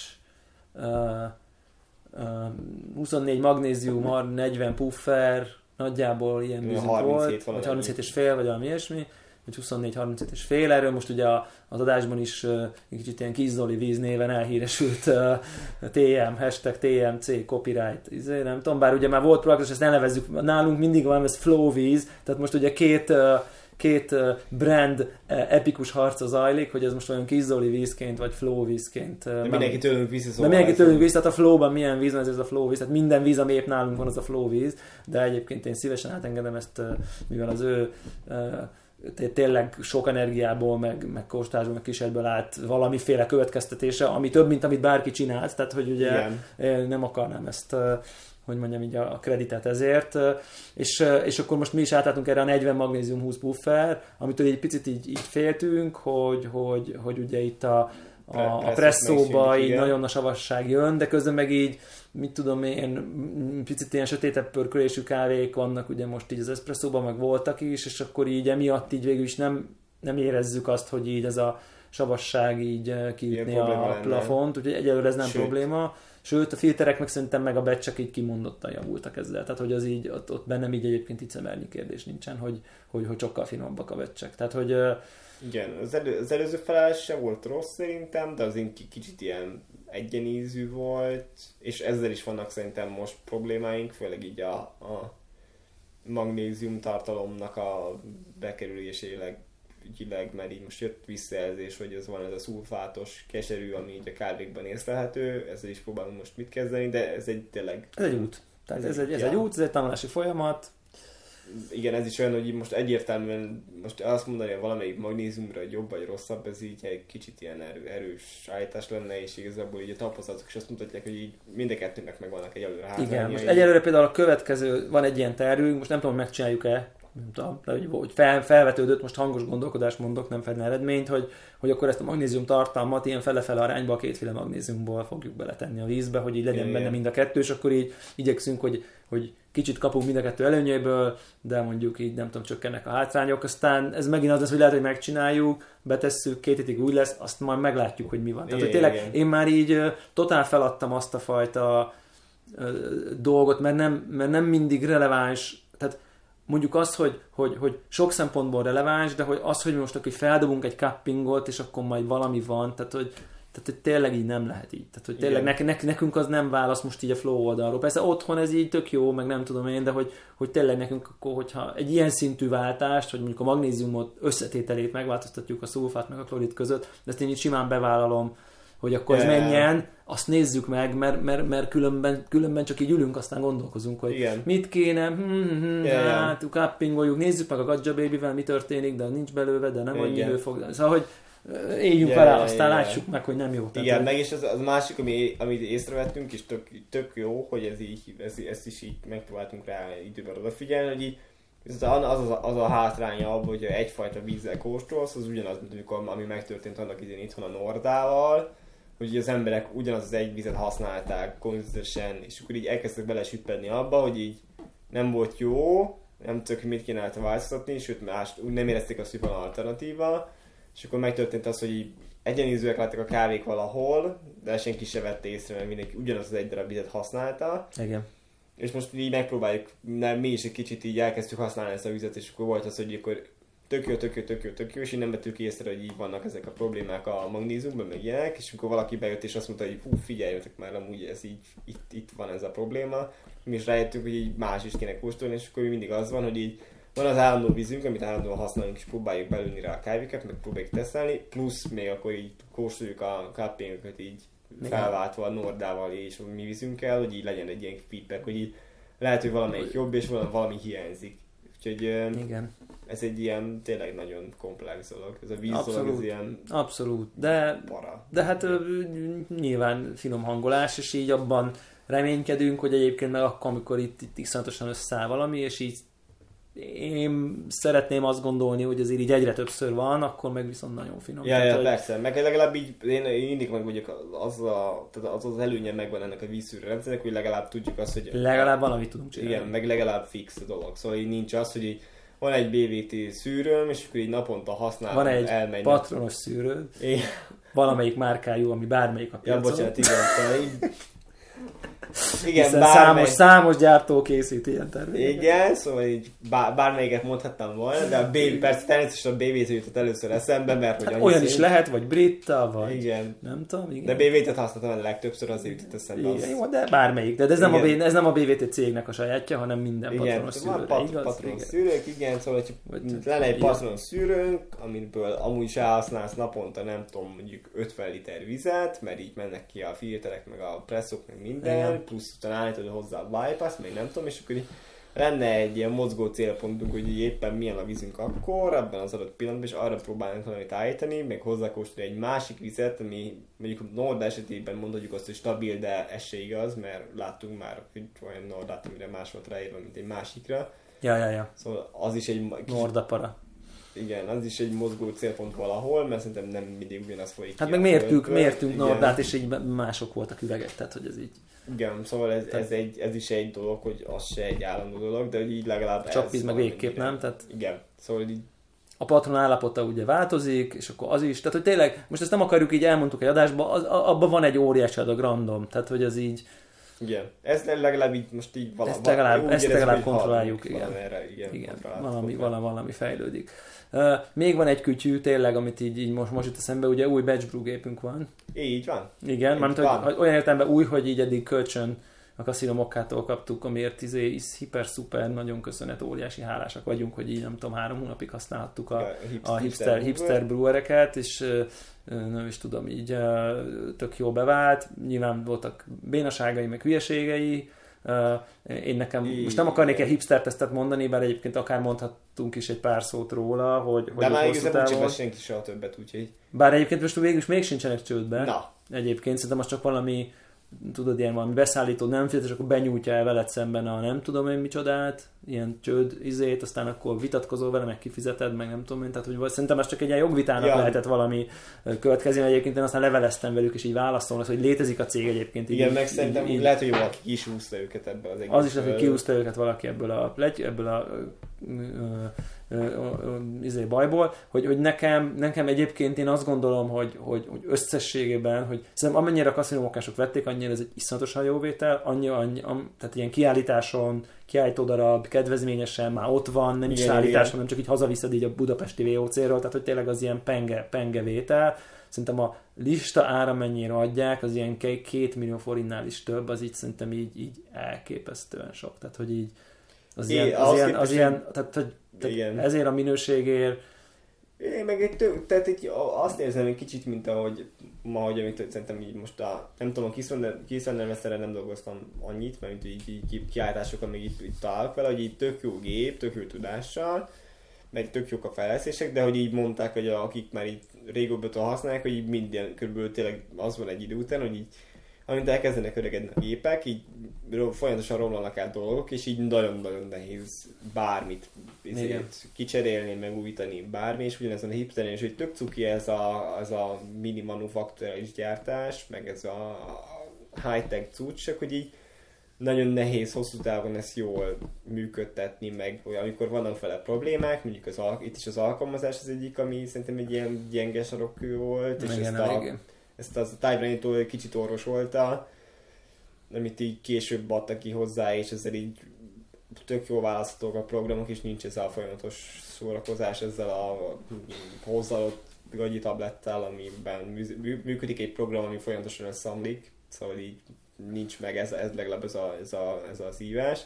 24 magnézium, 40 puffer, nagyjából ilyen bizony volt, vagy 37 és fél, vagy valami ilyesmi, vagy 24-37 és fél. Erről most ugye az adásban is egy kicsit ilyen Kis Zoli víz néven elhíresült TM, hashtag TMC, copyright, nem tudom, bár ugye már volt próbálkozás, ezt elnevezzük, nálunk mindig van, ez flow víz, tehát most ugye két brand epikus harca zajlik, hogy ez most olyan Kis Zoli vízként, vagy flow vízként. De mindenki tőlünk víz, szóval. De mindenki tőlünk víz, tehát a flowban milyen víz van, ez a flow víz, tehát minden víz, ami épp nálunk van, az a flow víz, de egyébként én szívesen átengedem ezt, mivel az ő tényleg sok energiából, meg kóstolásból, meg kísérletből állt valamiféle következtetése, ami több, mint amit bárki csinált, tehát hogy ugye nem akarnám ezt, hogy mondjam így a kreditet ezért, és akkor most mi is átálltunk erre a 40 magnézium 20 buffer, amitől egy picit így féltünk, hogy ugye itt a presszóba így nagyon a savasság jön, de közben meg így, mit tudom én, picit ilyen sötétebb pörkölésű kávék vannak ugye most így az eszpresszóban, meg voltak is, és akkor így emiatt így végül is nem érezzük azt, hogy így ez a savasság így kiütni a plafont, úgyhogy egyelőre ez nem probléma. Sőt, a filterek meg szerintem meg a batch-ek így kimondottan javultak ezzel. Tehát, hogy az így, ott bennem így egyébként így szemernyi kérdés nincsen, hogy sokkal finomabbak a batch-ek. Tehát, hogy... Igen, az előző felállás sem volt rossz szerintem, de az kicsit ilyen egyenízű volt, és ezzel is vannak szerintem most problémáink, főleg így a magnézium tartalomnak a bekerüléséleg, mert így most jött visszajelzés, hogy ez van ez a szulfátos keserű, ami így a kávékban észlelhető, ezzel is próbálunk most mit kezdeni, de ez egy tényleg... Ez egy út. Tehát ez egy út, ez egy tanulási folyamat. Igen, ez is olyan, hogy most egyértelműen most azt mondani, hogy valamelyik magnéziumra jobb vagy rosszabb, ez így egy kicsit ilyen erős állítás lenne, és igazából így a tapasztalatok is azt mutatják, hogy így mind a kettőnek meg vannak egyelőre hátrányai. Igen, most egyelőre például a következő, van egy ilyen tervünk, most nem tudom, hogy megcsináljuk-e, nem tudom, hogy felvetődött, most hangos gondolkodást mondok, nem feltétlenül eredményt, hogy akkor ezt a magnézium tartalmat ilyen fele-fele arányba a kétféle magnéziumból fogjuk beletenni a vízbe, hogy így legyen benne mind a kettő, és akkor így igyekszünk, hogy kicsit kapunk mind a kettő előnyéből, de mondjuk így nem tudom, csökkennek a hátrányok, aztán ez megint az lesz, hogy lehet, hogy megcsináljuk, betesszük, 2 hétig úgy lesz, azt majd meglátjuk, hogy mi van. Tehát, hogy tényleg én már így totál feladtam azt a fajta dolgot, mert nem mindig releváns, tehát mondjuk az, hogy sok szempontból releváns, de hogy az, hogy most akkor feldobunk egy cuppingot, és akkor majd valami van, tehát hogy tényleg így nem lehet így. Tehát, hogy tényleg nekünk az nem válasz most így a flow oldalról. Persze otthon ez így tök jó, meg nem tudom én, de hogy tényleg nekünk akkor, hogyha egy ilyen szintű váltást, hogy mondjuk a magnéziumot összetételét megváltoztatjuk a szulfát meg a klorid között, de ezt én így simán bevállalom, hogy akkor ez menjen, azt nézzük meg, mert különben csak így ülünk, aztán gondolkozunk, hogy mit kéne, hát cuppingoljuk, nézzük meg a Gadja Babyvel, mi történik, de nincs belőle, de nem annyi idő fog. Szóval, hogy éljünk vele, aztán lássuk meg, hogy nem jó. Igen, meg és az másik, amit észrevettünk, és tök jó, hogy ezt is így megpróbáltunk rá időben odafigyelni, hogy így az a hátránya abban, hogy egyfajta vízzel kóstolsz, az ugyanaz, mint ami megtörtént annak idén itthon a Nordával, hogy az emberek ugyanaz az egy vizet használták konzisztensen, és akkor így elkezdtek belesüppedni abba, hogy így nem volt jó, nem tudok, mit kéne változtatni, sőt úgy nem érezték azt, hogy van alternatíva, és akkor megtörtént az, hogy így egyenízőek lettek a kávék valahol, de senki se vette észre, mert mindenki ugyanaz az egy darab vizet használta. Igen. És most így megpróbáljuk, mi is egy kicsit így elkezdtük használni ezt a vizet, és akkor volt az, hogy akkor tök jó, és így nem vettük észre, hogy így vannak ezek a problémák a magnéziumban, meg ilyenek, és amikor valaki bejött és azt mondta, hogy figyeljetek már, amúgy ez így, itt van ez a probléma, mi is rájöttünk, hogy így más is kéne kóstolni, és akkor mindig az van, hogy így van az állandó vízünk, amit állandóan használunk, és próbáljuk belülni rá a kávéket, meg próbáljuk tesztelni, plusz még akkor így kóstoljuk a cuppingokat így felváltva a Nordával és a mi vízünkkel, hogy így legyen egy ilyen feedback, hogy így lehet, hogy valamelyik jobb, és valami hiányzik. Úgyhogy ez egy ilyen tényleg nagyon komplex dolog. Ez a víz dolog, ez ilyen abszolút. para. De hát nyilván finom hangolás, és így abban reménykedünk, hogy egyébként meg akkor, amikor itt iszonyatosan összeáll valami, és így én szeretném azt gondolni, hogy azért így egyre többször van, akkor meg viszont nagyon finom. Ja, persze. Meg legalább így, én mindig meg vagyok, az előnye megvan ennek a vízszűrő rendszernek, hogy legalább tudjuk azt, hogy... Legalább valamit tudunk csinálni. Igen, meg legalább fix a dolog. Szóval így nincs az, hogy így van egy BVT szűrőm, és akkor így naponta használom, van egy patronos szűrő, valamelyik márkájú, ami bármelyik a piacon. Ja, bocsánat, igen. Igen, számos gyártó készít ilyen termékeket. Igen, szóval így bármelyiket mondhattam volna, de persze természetesen a BVT jutott először eszembe, mert hogy hát olyan is lehet, vagy Britta, vagy igen. Nem tudom. Igen. De BVT-t használtam a legtöbbször, azért jutott eszembe. Igen, jó, de bármelyik. De ez nem a BVT cégnek a sajátja, hanem minden patronos szűrőre. Patronos szűrők, igen, szóval hogy lenne egy patronos szűrőnk, amiből amúgy is elhasználsz naponta, nem tudom, mondjuk 50 liter vizet, mert így mennek ki a filterek, meg a presszok, meg minden. Igen. Plusz utána állítod hozzá a bypass, még nem tudom, és akkor így lenne egy ilyen mozgó célpontunk, hogy éppen milyen a vízünk akkor, ebben az adott pillanatban, és arra próbálunk valamit állítani, meg hozzákóstolni egy másik vizet, ami mondjuk a Nord esetében mondhatjuk azt, hogy stabil, de ez se igaz, mert láttunk már olyan Nordát, amire más volt ráírva, mint egy másikra. Ja. Szóval az is egy... Nordapara. Igen, az is egy mozgó célpont valahol, mert szerintem nem mindig ugyanaz folyik. Hát meg mértünk Nordát, és így mások voltak üvegek, tehát hogy ez így... Igen, szóval ez is egy dolog, hogy az se egy állandó dolog, de így legalább csak víz meg végképp nem, tehát... Igen, szóval így... A patron állapota ugye változik, és akkor az is, tehát hogy tényleg, most ezt nem akarjuk így elmondtuk egy adásba, abban van egy óriási adag random, tehát hogy az így... Igen, ezt legalább így most így ezt legalább kontrolláljuk, igen. Valami fejlődik. Még van egy kütyű, tényleg, amit így most jut eszembe, ugye új batch brew gépünk van. Így van. Igen, mármint olyan értelemben új, hogy így eddig kölcsön a Casino Mokkától kaptuk, amiért hiper-szuper, nagyon köszönet, óriási hálásak vagyunk, hogy így nem tudom, 3 hónapig használhattuk a hipster brewereket, és nem is tudom, így tök jó bevált. Nyilván voltak bénaságai, meg hülyeségei. Én nekem most nem akarnék egy hipster tesztet mondani, bár egyébként akár mondhattunk is egy pár szót róla, hogy de már igazából úgy senki soha többet, úgyhogy... Bár egyébként most végül is még sincsenek csődben. Na. Egyébként szerintem az csak valami tudod, ilyen valami beszállító nem fizet, és akkor benyújtja el veled szemben a nem tudom én micsodát, ilyen csőd izét, aztán akkor vitatkozol vele, meg kifizeted, meg nem tudom én, tehát hogy szerintem ez csak egy ilyen jogvitának lehetett valami következő, egyébként én aztán leveleztem velük, és így válaszolom, hogy létezik a cég egyébként. Igen, meg szerintem lehet, hogy valaki kisúszta őket ebből az egész. Az is lehet, hogy kiúszta őket valaki ebből a bajból, hogy nekem egyébként én azt gondolom, hogy összességében, hogy szerintem amennyire a kaszinómokások vették, annyira ez egy iszonyatosan jó vétel, tehát ilyen kiállításon, kiállítódarab, kedvezményesen már ott van, nem is szállítás, hanem csak így hazaviszed így a budapesti VOC-ről, tehát hogy tényleg az ilyen penge vétel. Szerintem a lista ára mennyire adják, az ilyen 2 millió forintnál is több, az így szerintem így elképesztően sok. Tehát, hogy így az ilyen ezért a minőségért. Én meg azt érzem egy kicsit, mint ahogy ma, amit szerintem így most nem tudom, a Kisvendermesterrel nem dolgoztam annyit, mert így kiállításokon még itt találok vele, hogy így tök jó gép, tök jó tudással, meg tök jók a fejlesztések, de hogy így mondták, hogy akik már így régóbbától használják, hogy így minden, körülbelül tényleg az van egy idő után, hogy így amint elkezdenek öregedni a gépek, így folyamatosan romlanak át dolgok, és így nagyon-nagyon nehéz bármit kicserélni, megújítani bármi, és ugyanezen a hipsterén is, hogy tök cuki ez a mini manufakturális gyártás, meg ez a high-tech cucc, csak hogy így nagyon nehéz hosszú távon ezt jól működtetni, meg amikor vannak vele problémák, mondjuk itt is az alkalmazás az egyik, ami szerintem egy ilyen gyenge sarokkő volt, és ezt a tájbrányítól kicsit orvosolta, amit így később adta ki hozzá, és ezzel így tök jól választhatók a programok, és nincs ez a folyamatos szórakozás ezzel a hozzáadott gagyi tablettel, amiben működik egy program, ami folyamatosan összeomlik, szóval így nincs meg ez legalább ez az ívás.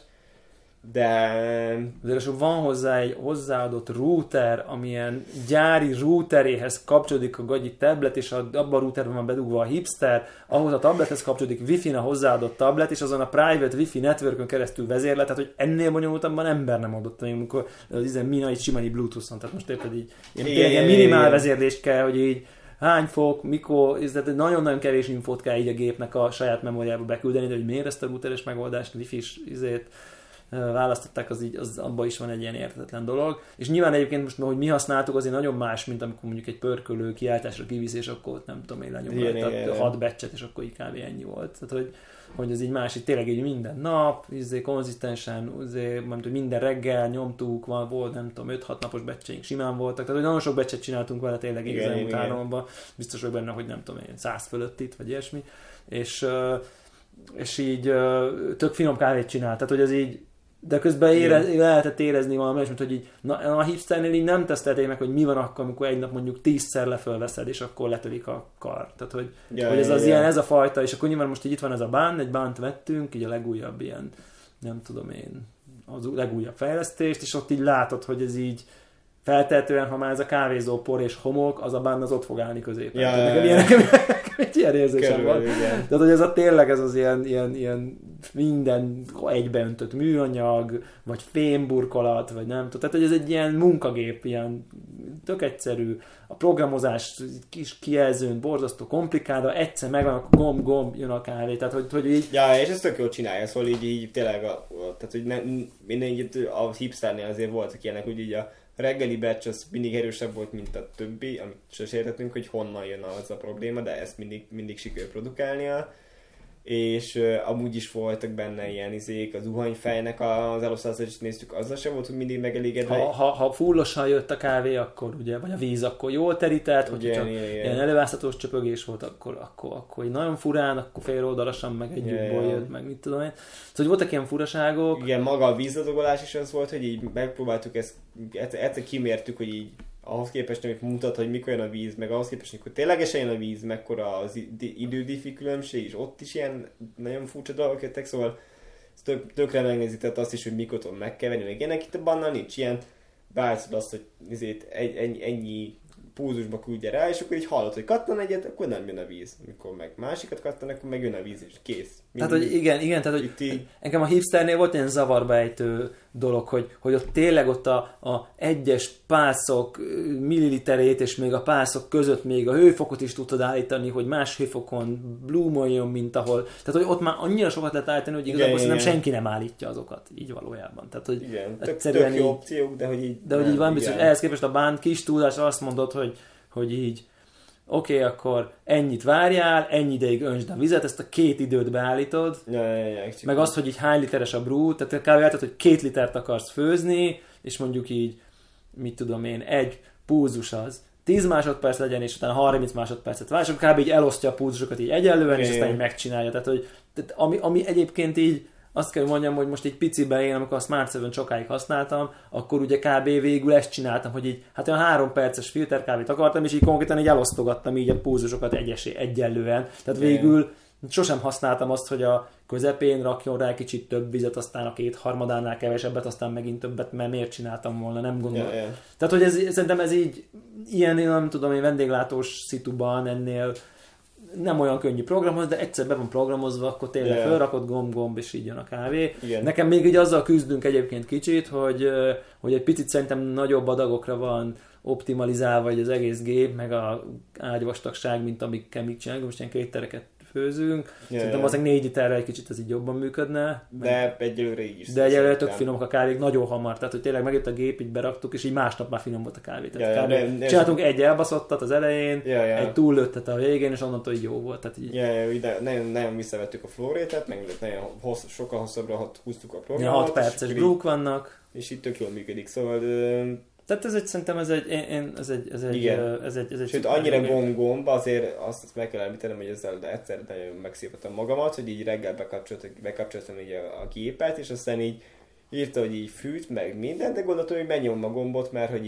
De van hozzá egy hozzáadott router, amilyen gyári routeréhez kapcsolódik a gagyi tablet, és abban a routerben van bedugva a hipster, ahhoz a tablethez kapcsolódik Wi-Fi-n a hozzáadott tablet, és azon a private Wi-Fi networkön keresztül vezérlet, tehát hogy ennél bonyolultabban ember nem adott, amikor az Mina így simán Bluetooth-on, tehát most érted így ilyen minimál vezérlést kell, hogy így hány fok, mikor, tehát nagyon-nagyon kevés infót kell így a gépnek a saját memóriába beküldeni, de hogy miért ezt a routeres megoldást, Wi-Fi-s választották, az abban is van egy ilyen érthetetlen dolog. És nyilván egyébként most, hogy mi használtuk, azért nagyon más, mint amikor mondjuk egy pörkölő kiáltásra kivisz, és akkor nem tudom én lenyomoltak 6 batchet, és akkor így kb. Ennyi volt. Tehát, hogy ez így más, így tényleg így minden nap, konzisztensen, hogy minden reggel nyomtuk, volt nem tudom, 5-6 napos batcheink simán voltak, tehát hogy nagyon sok batchet csináltunk vele tényleg az elmúlt 3-ban, biztos vagyok benne, hogy nem tudom én, 100 fölött itt, vagy ilyesmi, és így tök finom kávét csinált, tehát hogy ez így, de közben lehetett érezni valami, és mint hogy így, a hipsternél így nem tesztelték meg, hogy mi van akkor, amikor egy nap mondjuk 10-szer lefölveszed, és akkor letörik a kar. Tehát, hogy ilyen, ez a fajta, és akkor nyilván most így itt van ez a bán, egy bánt vettünk, így a legújabb ilyen, nem tudom én, az legújabb fejlesztést, és ott így látod, hogy ez így feltehetően, ha már ez a kávézó, por és homok, az a bán az ott fog állni középen. Nekem egy ilyen érzésem van. Tehát, hogy ez tényleg ez az ilyen minden egybeöntött műanyag, vagy fémburkolat, vagy nem tudom. Tehát, hogy ez egy ilyen munkagép, ilyen tök egyszerű. A programozás kis kijelzőn, borzasztó komplikálva, egyszer megvan, akkor gomb, jön a kávé. Tehát, hogy így... Ja, és ezt tök jól csinálja, szóval így tényleg, tehát, hogy minden a hipsternél azért voltak ilyenek, hogy így a reggeli batch az mindig erősebb volt, mint a többi, amit sosem értettünk, hogy honnan jön az a probléma, de ezt mindig sikerül produkálnia. És amúgy is voltak benne ilyen izék, a zuhanyfejnek az elosztását is néztük, azzal sem volt, hogy mindig megelégedve. Ha fullosan jött a kávé, akkor ugye, vagy a víz, akkor jól terített, hogyha csak ilyen elővásztatós csöpögés volt, akkor nagyon furán, akkor féloldalasan, meg egy lyukból jött, meg mit tudom én. Szóval voltak ilyen furaságok. Igen, maga a vízadagolás is az volt, hogy így megpróbáltuk ezt, egyszer kimértük, hogy így ahhoz képest, amit mutat, hogy mikor jön a víz, meg ahhoz képest, amikor ténylegesen jön a víz, mekkora az idődiffi különbség, és ott is ilyen nagyon furcsa dolgok jöttek, szóval tökre megnézített azt is, hogy mikor tudom megkeverni, meg ilyenek, itt abban nincs ilyen, beállítod azt, hogy ennyi pulzusba küldje rá, és akkor így hallod, hogy kattan egyet, akkor nem jön a víz. Mikor meg másikat kattan, akkor meg jön a víz, és kész. Tehát, hogy igen, tehát, hogy engem a hipsternél volt ilyen zavarba ejtő dolog, hogy ott tényleg ott a egyes pászok milliliterét és még a pászok között még a hőfokot is tudod állítani, hogy más hőfokon blúmoljon, mint ahol. Tehát, hogy ott már annyira sokat lehet állítani, hogy igazából szerintem senki nem állítja azokat így valójában. Tehát, hogy igen, egyszerűen tök jó opciók, de hogy így... De hogy így van biztos, ehhez képest a bán kis túlzásra azt mondod, hogy így oké, akkor ennyit várjál, ennyi ideig öntsd a vizet, ezt a 2 időt beállítod, meg azt, hogy így hány literes a brú, tehát kb. Látod, hogy 2 litert akarsz főzni, és mondjuk így, mit tudom én, egy pulzus az 10 másodperc legyen, és utána 30 másodpercet vár, és akkor kb. Így elosztja a pulzusokat így egyenlően, és aztán így megcsinálja. Tehát, hogy ami egyébként így azt kell mondjam, hogy most egy piciben én, amikor a Smart 7 sokáig használtam, akkor ugye kb. Végül ezt csináltam, hogy így, hát olyan 3 perces filterkávét akartam, és így konkrétan így elosztogattam így a pulzusokat egyenlően. Tehát végül sosem használtam azt, hogy a közepén rakjon rá kicsit több vizet, aztán a 2/3-ánál kevesebbet, aztán megint többet, mert miért csináltam volna, nem gondolom. Tehát, hogy szerintem ez így, ilyen, nem tudom én, vendéglátós szituban ennél nem olyan könnyű programhoz, de egyszer be van programozva, akkor tényleg felrakod gomb, és így jön a kávé. Igen. Nekem még így azzal küzdünk egyébként kicsit, hogy egy picit szerintem nagyobb adagokra van optimalizálva az egész gép, meg a ágyvastagság, mint amikkel mi csinálunk. Most ilyen 2 tereket főzünk. Szerintem az 4 literre egy kicsit ez így jobban működne. De egyelőre így is. De egyelőre tök finomok a kávék, nagyon hamar. Tehát, hogy tényleg megjött a gép, így beraktuk, és így másnap már finom volt a kávé. Tehát csináltunk egy elbaszottat az elején, egy túllőttet a végén, és onnantól így jó volt. Tehát így... nagyon visszavettük a flowrate-et, meg nagyon sokkal hosszabbra húztuk a programot. 6 perces brúk vannak. És így tök jól működik, szóval... Tehát szerintem ez egy sőt, annyira gomb, azért azt meg kell említenem, hogy ezzel egyszer nagyon megszívottam magamat, hogy így reggel bekapcsoltam így a gépet, és aztán így írta, hogy így fűt, meg minden, de gondoltam, hogy megnyom a gombot, mert hogy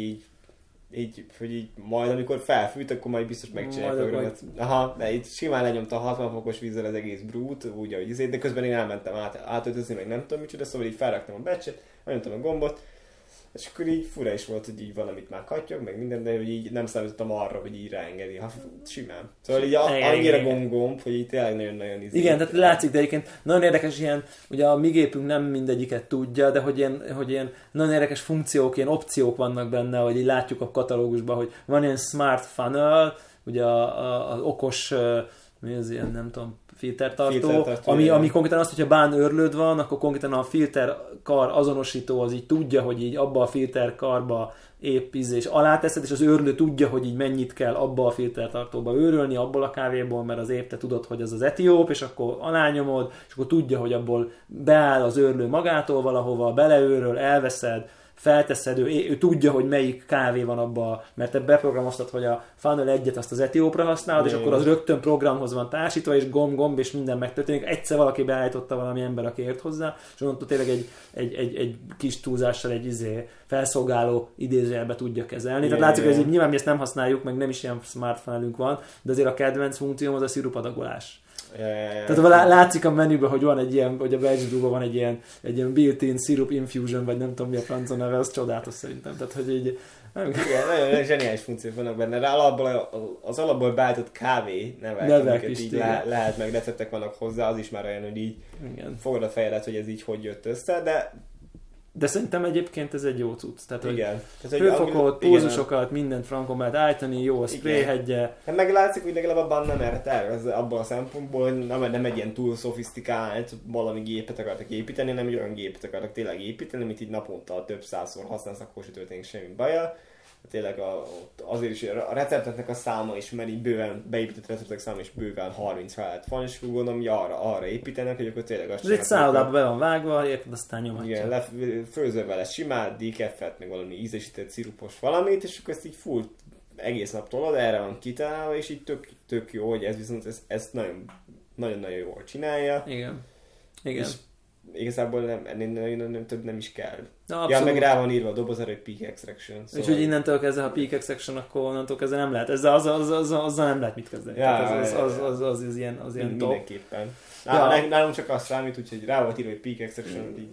így majd amikor felfűt, akkor majd biztos megcsinálja a programot. De itt simán lenyomta 60 fokos vízzel az egész brút, úgy, ahogy de közben én elmentem átöltözni, meg nem tudom micsoda, szóval így felraktam a becset, megnyomtam a gombot, és akkor így fura is volt, hogy így valamit már kattyog, meg minden, de hogy így nem számítottam arra, hogy így ráengedi. Simán. Szóval így annyira gomb, hogy így tényleg nagyon-nagyon izé. Igen, tehát látszik, de egyébként nagyon érdekes ilyen, ugye a mi gépünk nem mindegyiket tudja, de hogy ilyen nagyon érdekes funkciók, ilyen opciók vannak benne, hogy így látjuk a katalógusban, hogy van ilyen smart funnel, ugye az okos, mi az ilyen, nem tudom, filtertartó, ami konkrétan azt, hogyha bán őrlőd van, akkor konkrétan a filterkar azonosító az így tudja, hogy így abba a filterkarba épp és aláteszed, és az őrlő tudja, hogy így mennyit kell abba a filtertartóba őrölni, abból a kávéból, mert az épp te tudod, hogy az az etióp, és akkor alányomod, és akkor tudja, hogy abból beáll az őrlő magától valahova, beleőröl, elveszed, felteszed, ő tudja, hogy melyik kávé van abban, mert te beprogramoztad, hogy a funnel 1-et azt az etiópra használod, és akkor az rögtön programhoz van társítva, és gomb, és minden megtörténik. Egyszer valaki beállította valami ember, aki ért hozzá, és onnantól tényleg egy kis túlzással egy felszolgáló idézőjelbe tudja kezelni. Tehát látszik, hogy nyilván mi ezt nem használjuk, meg nem is ilyen smart funnelünk van, de azért a kedvenc funkcióm az a szirupadagolás. Tehát látszik a menüben, hogy van egy ilyen, hogy a Batch Brew-ban van egy ilyen built-in syrup infusion, vagy nem tudom mi a francia neve, az csodálatos szerintem. Tehát, hogy így... Igen, nagyon zseniális funkciók vannak benne. Az alapból beállított kávé nevek is így lehet, meg receptek vannak hozzá, az is már olyan, hogy így fogod a fejedet, hogy ez így hogy jött össze, de szerintem egyébként ez egy jó cucc. Tehát, hogy hőfokot, pulzusokat, mindent frankon lehet állítani, jó a sprayhegye. Hát meg látszik, hogy legalább abban nem erre tervez, abban a szempontból, hogy nem egy ilyen túl szofisztikált valami gépet akartak építeni, hanem egy olyan gépet akartak tényleg építeni, amit így naponta több százszor használsz, akkor se történik semmi baja. Tényleg azért is a recepteknek a száma is, mert így bőven beépített receptek száma is bőven 30 felett van, és gondolom, hogy arra építenek, hogy akkor tényleg azt csinálják. Ez egy szállodába be van vágva, érted, aztán nyomatja. Igen, főzöl vele simát, decafet, meg valami ízesített szirupos valamit, és akkor ezt így full egész nap tolod, erre van kitalálva, és így tök jó, hogy ez viszont ezt nagyon-nagyon jól csinálja. Igen. És igazából nem is kell. Meg rá van írva a dobozára, hogy peak extraction. Szóval... És hogy innentől kezdve, ha peak extraction, akkor onnantól kezdve nem lehet. Azzal nem lehet mit kezdeni. Az ilyen top. Mindenképpen. Nálunk csak azt számít, úgyhogy rá volt írva, hogy peak extraction.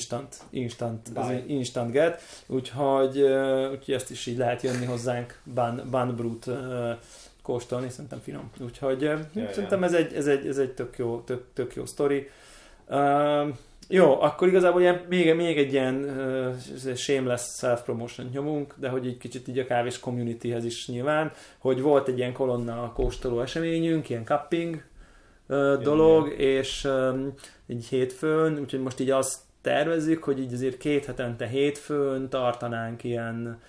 Instant get. Úgyhogy ezt is így lehet jönni hozzánk Ban Brut kóstolni, szerintem finom. Úgyhogy szerintem ez egy tök jó sztori. Jó, akkor igazából ilyen, még egy ilyen shameless self-promotion nyomunk, de hogy egy kicsit így a kávés communityhez is nyilván, hogy volt egy ilyen kolonna kóstoló eseményünk, ilyen cupping dolog, és egy hétfőn, úgyhogy most így azt tervezzük, hogy így azért 2 hetente hétfőn tartanánk ilyen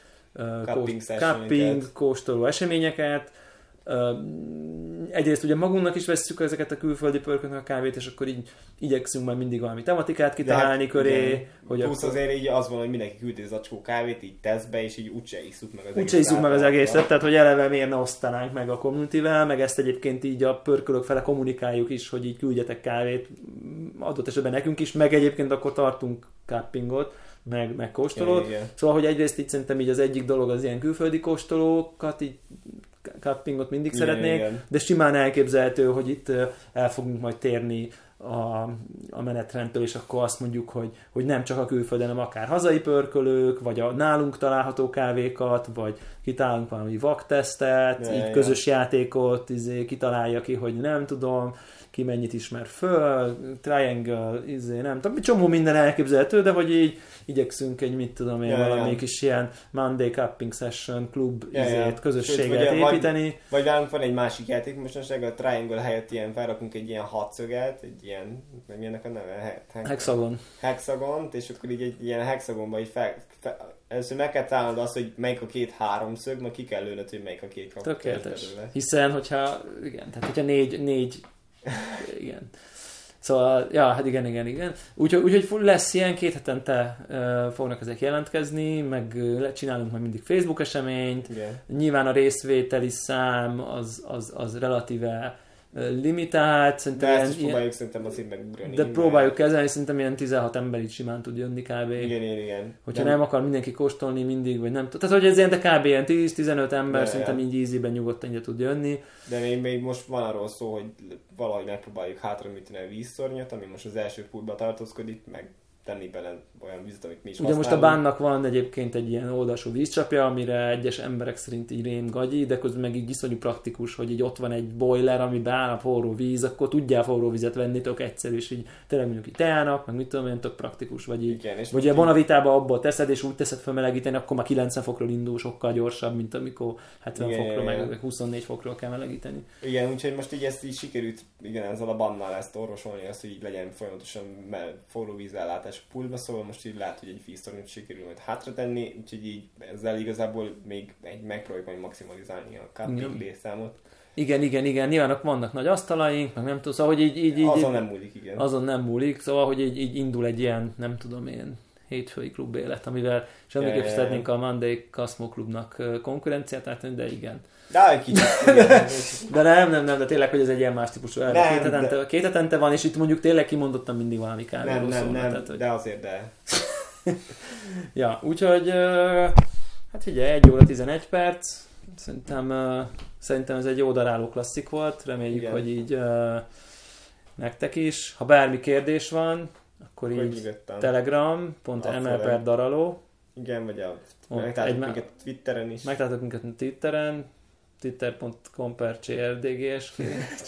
cupping kóstoló eseményeket. Egyrészt ugye magunknak is vesszük ezeket a külföldi pörköknek a kávét, és akkor így igyekszünk majd mindig valami tematikát kitalálni köré. Hogy plusz akkor... azért így az van, hogy mindenki küldi az zacskó kávét, így teszbe, és így úgyse isszuk meg az egészet. Úgyse isszuk meg az egészet, tehát hogy eleve miért ne osztanánk meg a community-vel, meg ezt egyébként így a pörkölök fele kommunikáljuk is, hogy így küldjetek kávét adott esetben nekünk is, meg egyébként akkor tartunk cuppingot, meg kóstolót. Szóval, hogy egyrészt így szerintem így az egyik dolog az ilyen külföldi kóstolókat, így cuppingot mindig szeretnék, de simán elképzelhető, hogy itt el fogunk majd térni a menetrendtől, és akkor azt mondjuk, hogy nem csak a külföldön, hanem akár hazai pörkölők, vagy a nálunk található kávékat, vagy kitalálunk valami vaktesztet, így közös játékot, kitalálja ki, hogy nem tudom, ki mennyit ismer föl, triangle, nem tudom, csomó minden elképzelhető, de hogy így igyekszünk egy, mit tudom én, valami kis ilyen Monday Cupping Session klub közösséget építeni. Vagy nálunk van egy másik játék mostanság, a Triangle helyett ilyen felrakunk egy ilyen hatszöget, egy ilyen, mi ennek a neve? Hexagont, és akkor így egy ilyen hexagonba így először meg kell találnod azt, hogy melyik a 2 háromszög, majd ki kell lőnöd, hogy melyik a 2 kapott. Tökéletes. Hiszen, hogyha 4 igen. Szóval, hát igen. Úgyhogy lesz ilyen, 2 hetente fognak ezek jelentkezni, meg csinálunk majd mindig Facebook eseményt. Igen. Nyilván a részvételi szám az relatíve limitált. De ezt is próbáljuk szerintem azért megugrani. De próbáljuk kezelni, szerintem ilyen 16 ember így simán tud jönni kb. Igen. Hogyha nem akar mindenki kóstolni mindig, vagy nem. Tehát, hogy ez ilyen, de kb. Ilyen 10-15 ember szerintem így easy-ben nyugodtan ide tud jönni. De még most van arról szó, hogy valahogy megpróbáljuk hátramítani a vízszornyat, ami most az első pultba tartózkodik, meg tenni bele olyan vizet, amit mi is ugye most a bánnak van egyébként egy ilyen oldalsó vízcsapja, amire egyes emberek szerint így rém gagyi, de közben meg így iszonyú praktikus, hogy így ott van egy boiler, amiben áll a forró víz, akkor tudjál forró vizet venni, tök egyszerű, és így tényleg mondjuk így teának, meg mit tudom én, tök praktikus, vagy így. Igen, vagy a Bonavitába abból teszed, és úgy teszed felmelegíteni, akkor már 90 fokról indul, sokkal gyorsabb, mint amikor 70 fokról, meg 24 fokról kell melegíteni. Igen, úgyhogy most így ezt így sikerült, igen, ezzel a bannal ezt orvosolni, azt, hogy így legyen folyamatosan forró vízellátás a pultba, szóval most így lehet, hogy egy víztornyot sikerül majd hátra tenni, úgyhogy így ezzel igazából még megpróbáljuk majd maximalizálni a cupping létszámot. Igen, nyilván vannak nagy asztalaink, meg nem tudom, szóval, hogy így azon nem múlik, igen. Azon nem múlik, szóval, hogy így indul egy ilyen, nem tudom én, hétfői klub élet, amivel semmiképp szeretnénk a Monday Cosmo Klubnak konkurenciát átvenni, de igen. De egy kicsit. De nem, de tényleg, hogy ez egy ilyen más típusú. Két hetente van, és itt mondjuk tényleg kimondottan mindig valami kávéról szól. Nem, tehát, hogy... de azért, de... Ja, úgyhogy hát figyelj, 1 óra 11 perc. Szerintem ez egy jó daráló klasszik volt. Reméljük, igen, hogy így nektek is. Ha bármi kérdés van, akkor így nyugodtan. Telegram.ml/daraló. Igen, vagy megtaláltok minket Twitteren is. Megtaláltok minket Twitteren. twitter.com/CRDGSG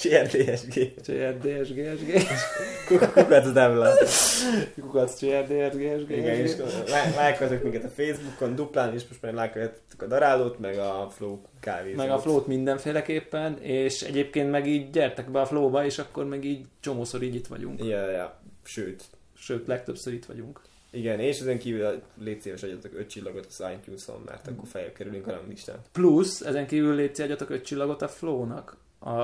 CRDSG Kukac Devla Kukac CRDSG. Igen, és lájkoljatok minket a Facebookon duplán, és most már lájkoljatok a Darálót, meg a Flow kávézót. Meg a Flow-t mindenféleképpen, és egyébként meg így gyertek be a Flow-ba, és akkor meg így csomószor így itt vagyunk. Ja. Sőt, legtöbbször itt vagyunk. Igen, és ezen kívül légy szíves, adjatok 5 csillagot az iTunes-on, mert akkor feljebb kerülünk a ranglistán. Plusz, ezen kívül légy szíves, adjatok 5 csillagot a Flow-nak.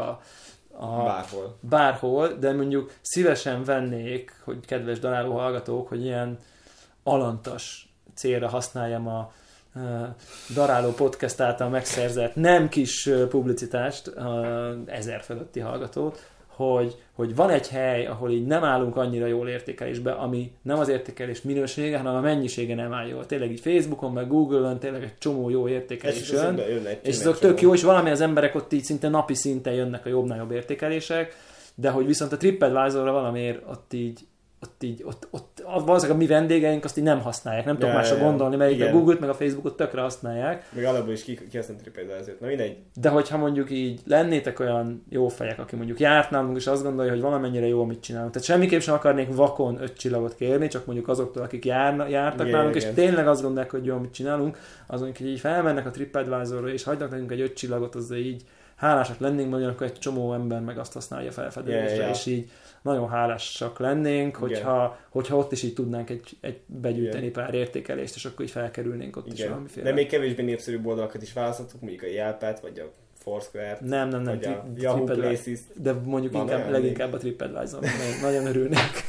Bárhol, de mondjuk szívesen vennék, hogy kedves daráló hallgatók, hogy ilyen alantas célra használjam a Daráló Podcast által megszerzett nem kis publicitást, 1000 fölötti hallgatót, hogy van egy hely, ahol így nem állunk annyira jól értékelésbe, ami nem az értékelés minősége, hanem a mennyisége nem áll jól. Tényleg így Facebookon, meg Google-on tényleg egy csomó jó értékelés jön, és azok tök jó, és valami az emberek ott így szinte napi szinten jönnek a jobbnál jobb értékelések, de hogy viszont a TripAdvisor-ra valamiért ott így ott valószínűleg a mi vendégeink azt így nem használják, nem tudok másra gondolni, mert a Google-t meg a Facebookot tökre használják. Meg alapból is kihasználni TripAdvisor-t, na mindegy. De hogyha mondjuk így lennétek olyan jó fejek, aki mondjuk járt nálunk, és azt gondolja, hogy valamennyire jó, mit csinálunk. Tehát semmiképp sem akarnék vakon 5 csillagot kérni, csak mondjuk azoktól, akik jártak nálunk, és tényleg azt gondolják, hogy jó, mit csinálunk, azon, hogy így felmennek a TripAdvisorra, és hagynak nekünk egy 5 csillagot, az így hálásak lennénk, mert akkor egy csomó ember meg azt használja felfedezésre, és így nagyon hálásak lennénk, hogyha ott is így tudnánk egy begyűjteni pár értékelést, és akkor így felkerülnénk ott is valamiféle. De még kevésbé népszerűbb oldalakat is választottuk, mondjuk a Yelp-et, vagy a Foursquare-t, nem, vagy a Yahoo Places. De mondjuk leginkább a TripAdvisor. Nagyon örülnék.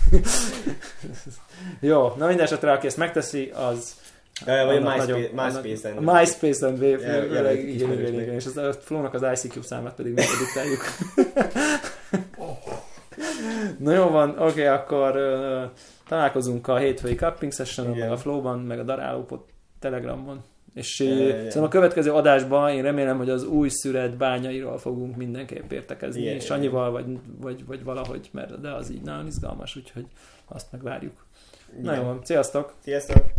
Jó, na minden esetre, aki ezt megteszi, az vagy MySpace-en. MySpace-en igen, és a Flow-nak az ICQ számát pedig megediktáljuk. Na jó van, oké, akkor találkozunk a hétfői Cupping Session-on, meg a Flow-ban, meg a Daráló Telegramon. És szerintem a következő adásban én remélem, hogy az új szüret bányairól fogunk mindenképp értekezni, és annyival, vagy valahogy, de az így nagyon izgalmas, úgyhogy azt megvárjuk. Na jó van, sziasztok! Sziasztok!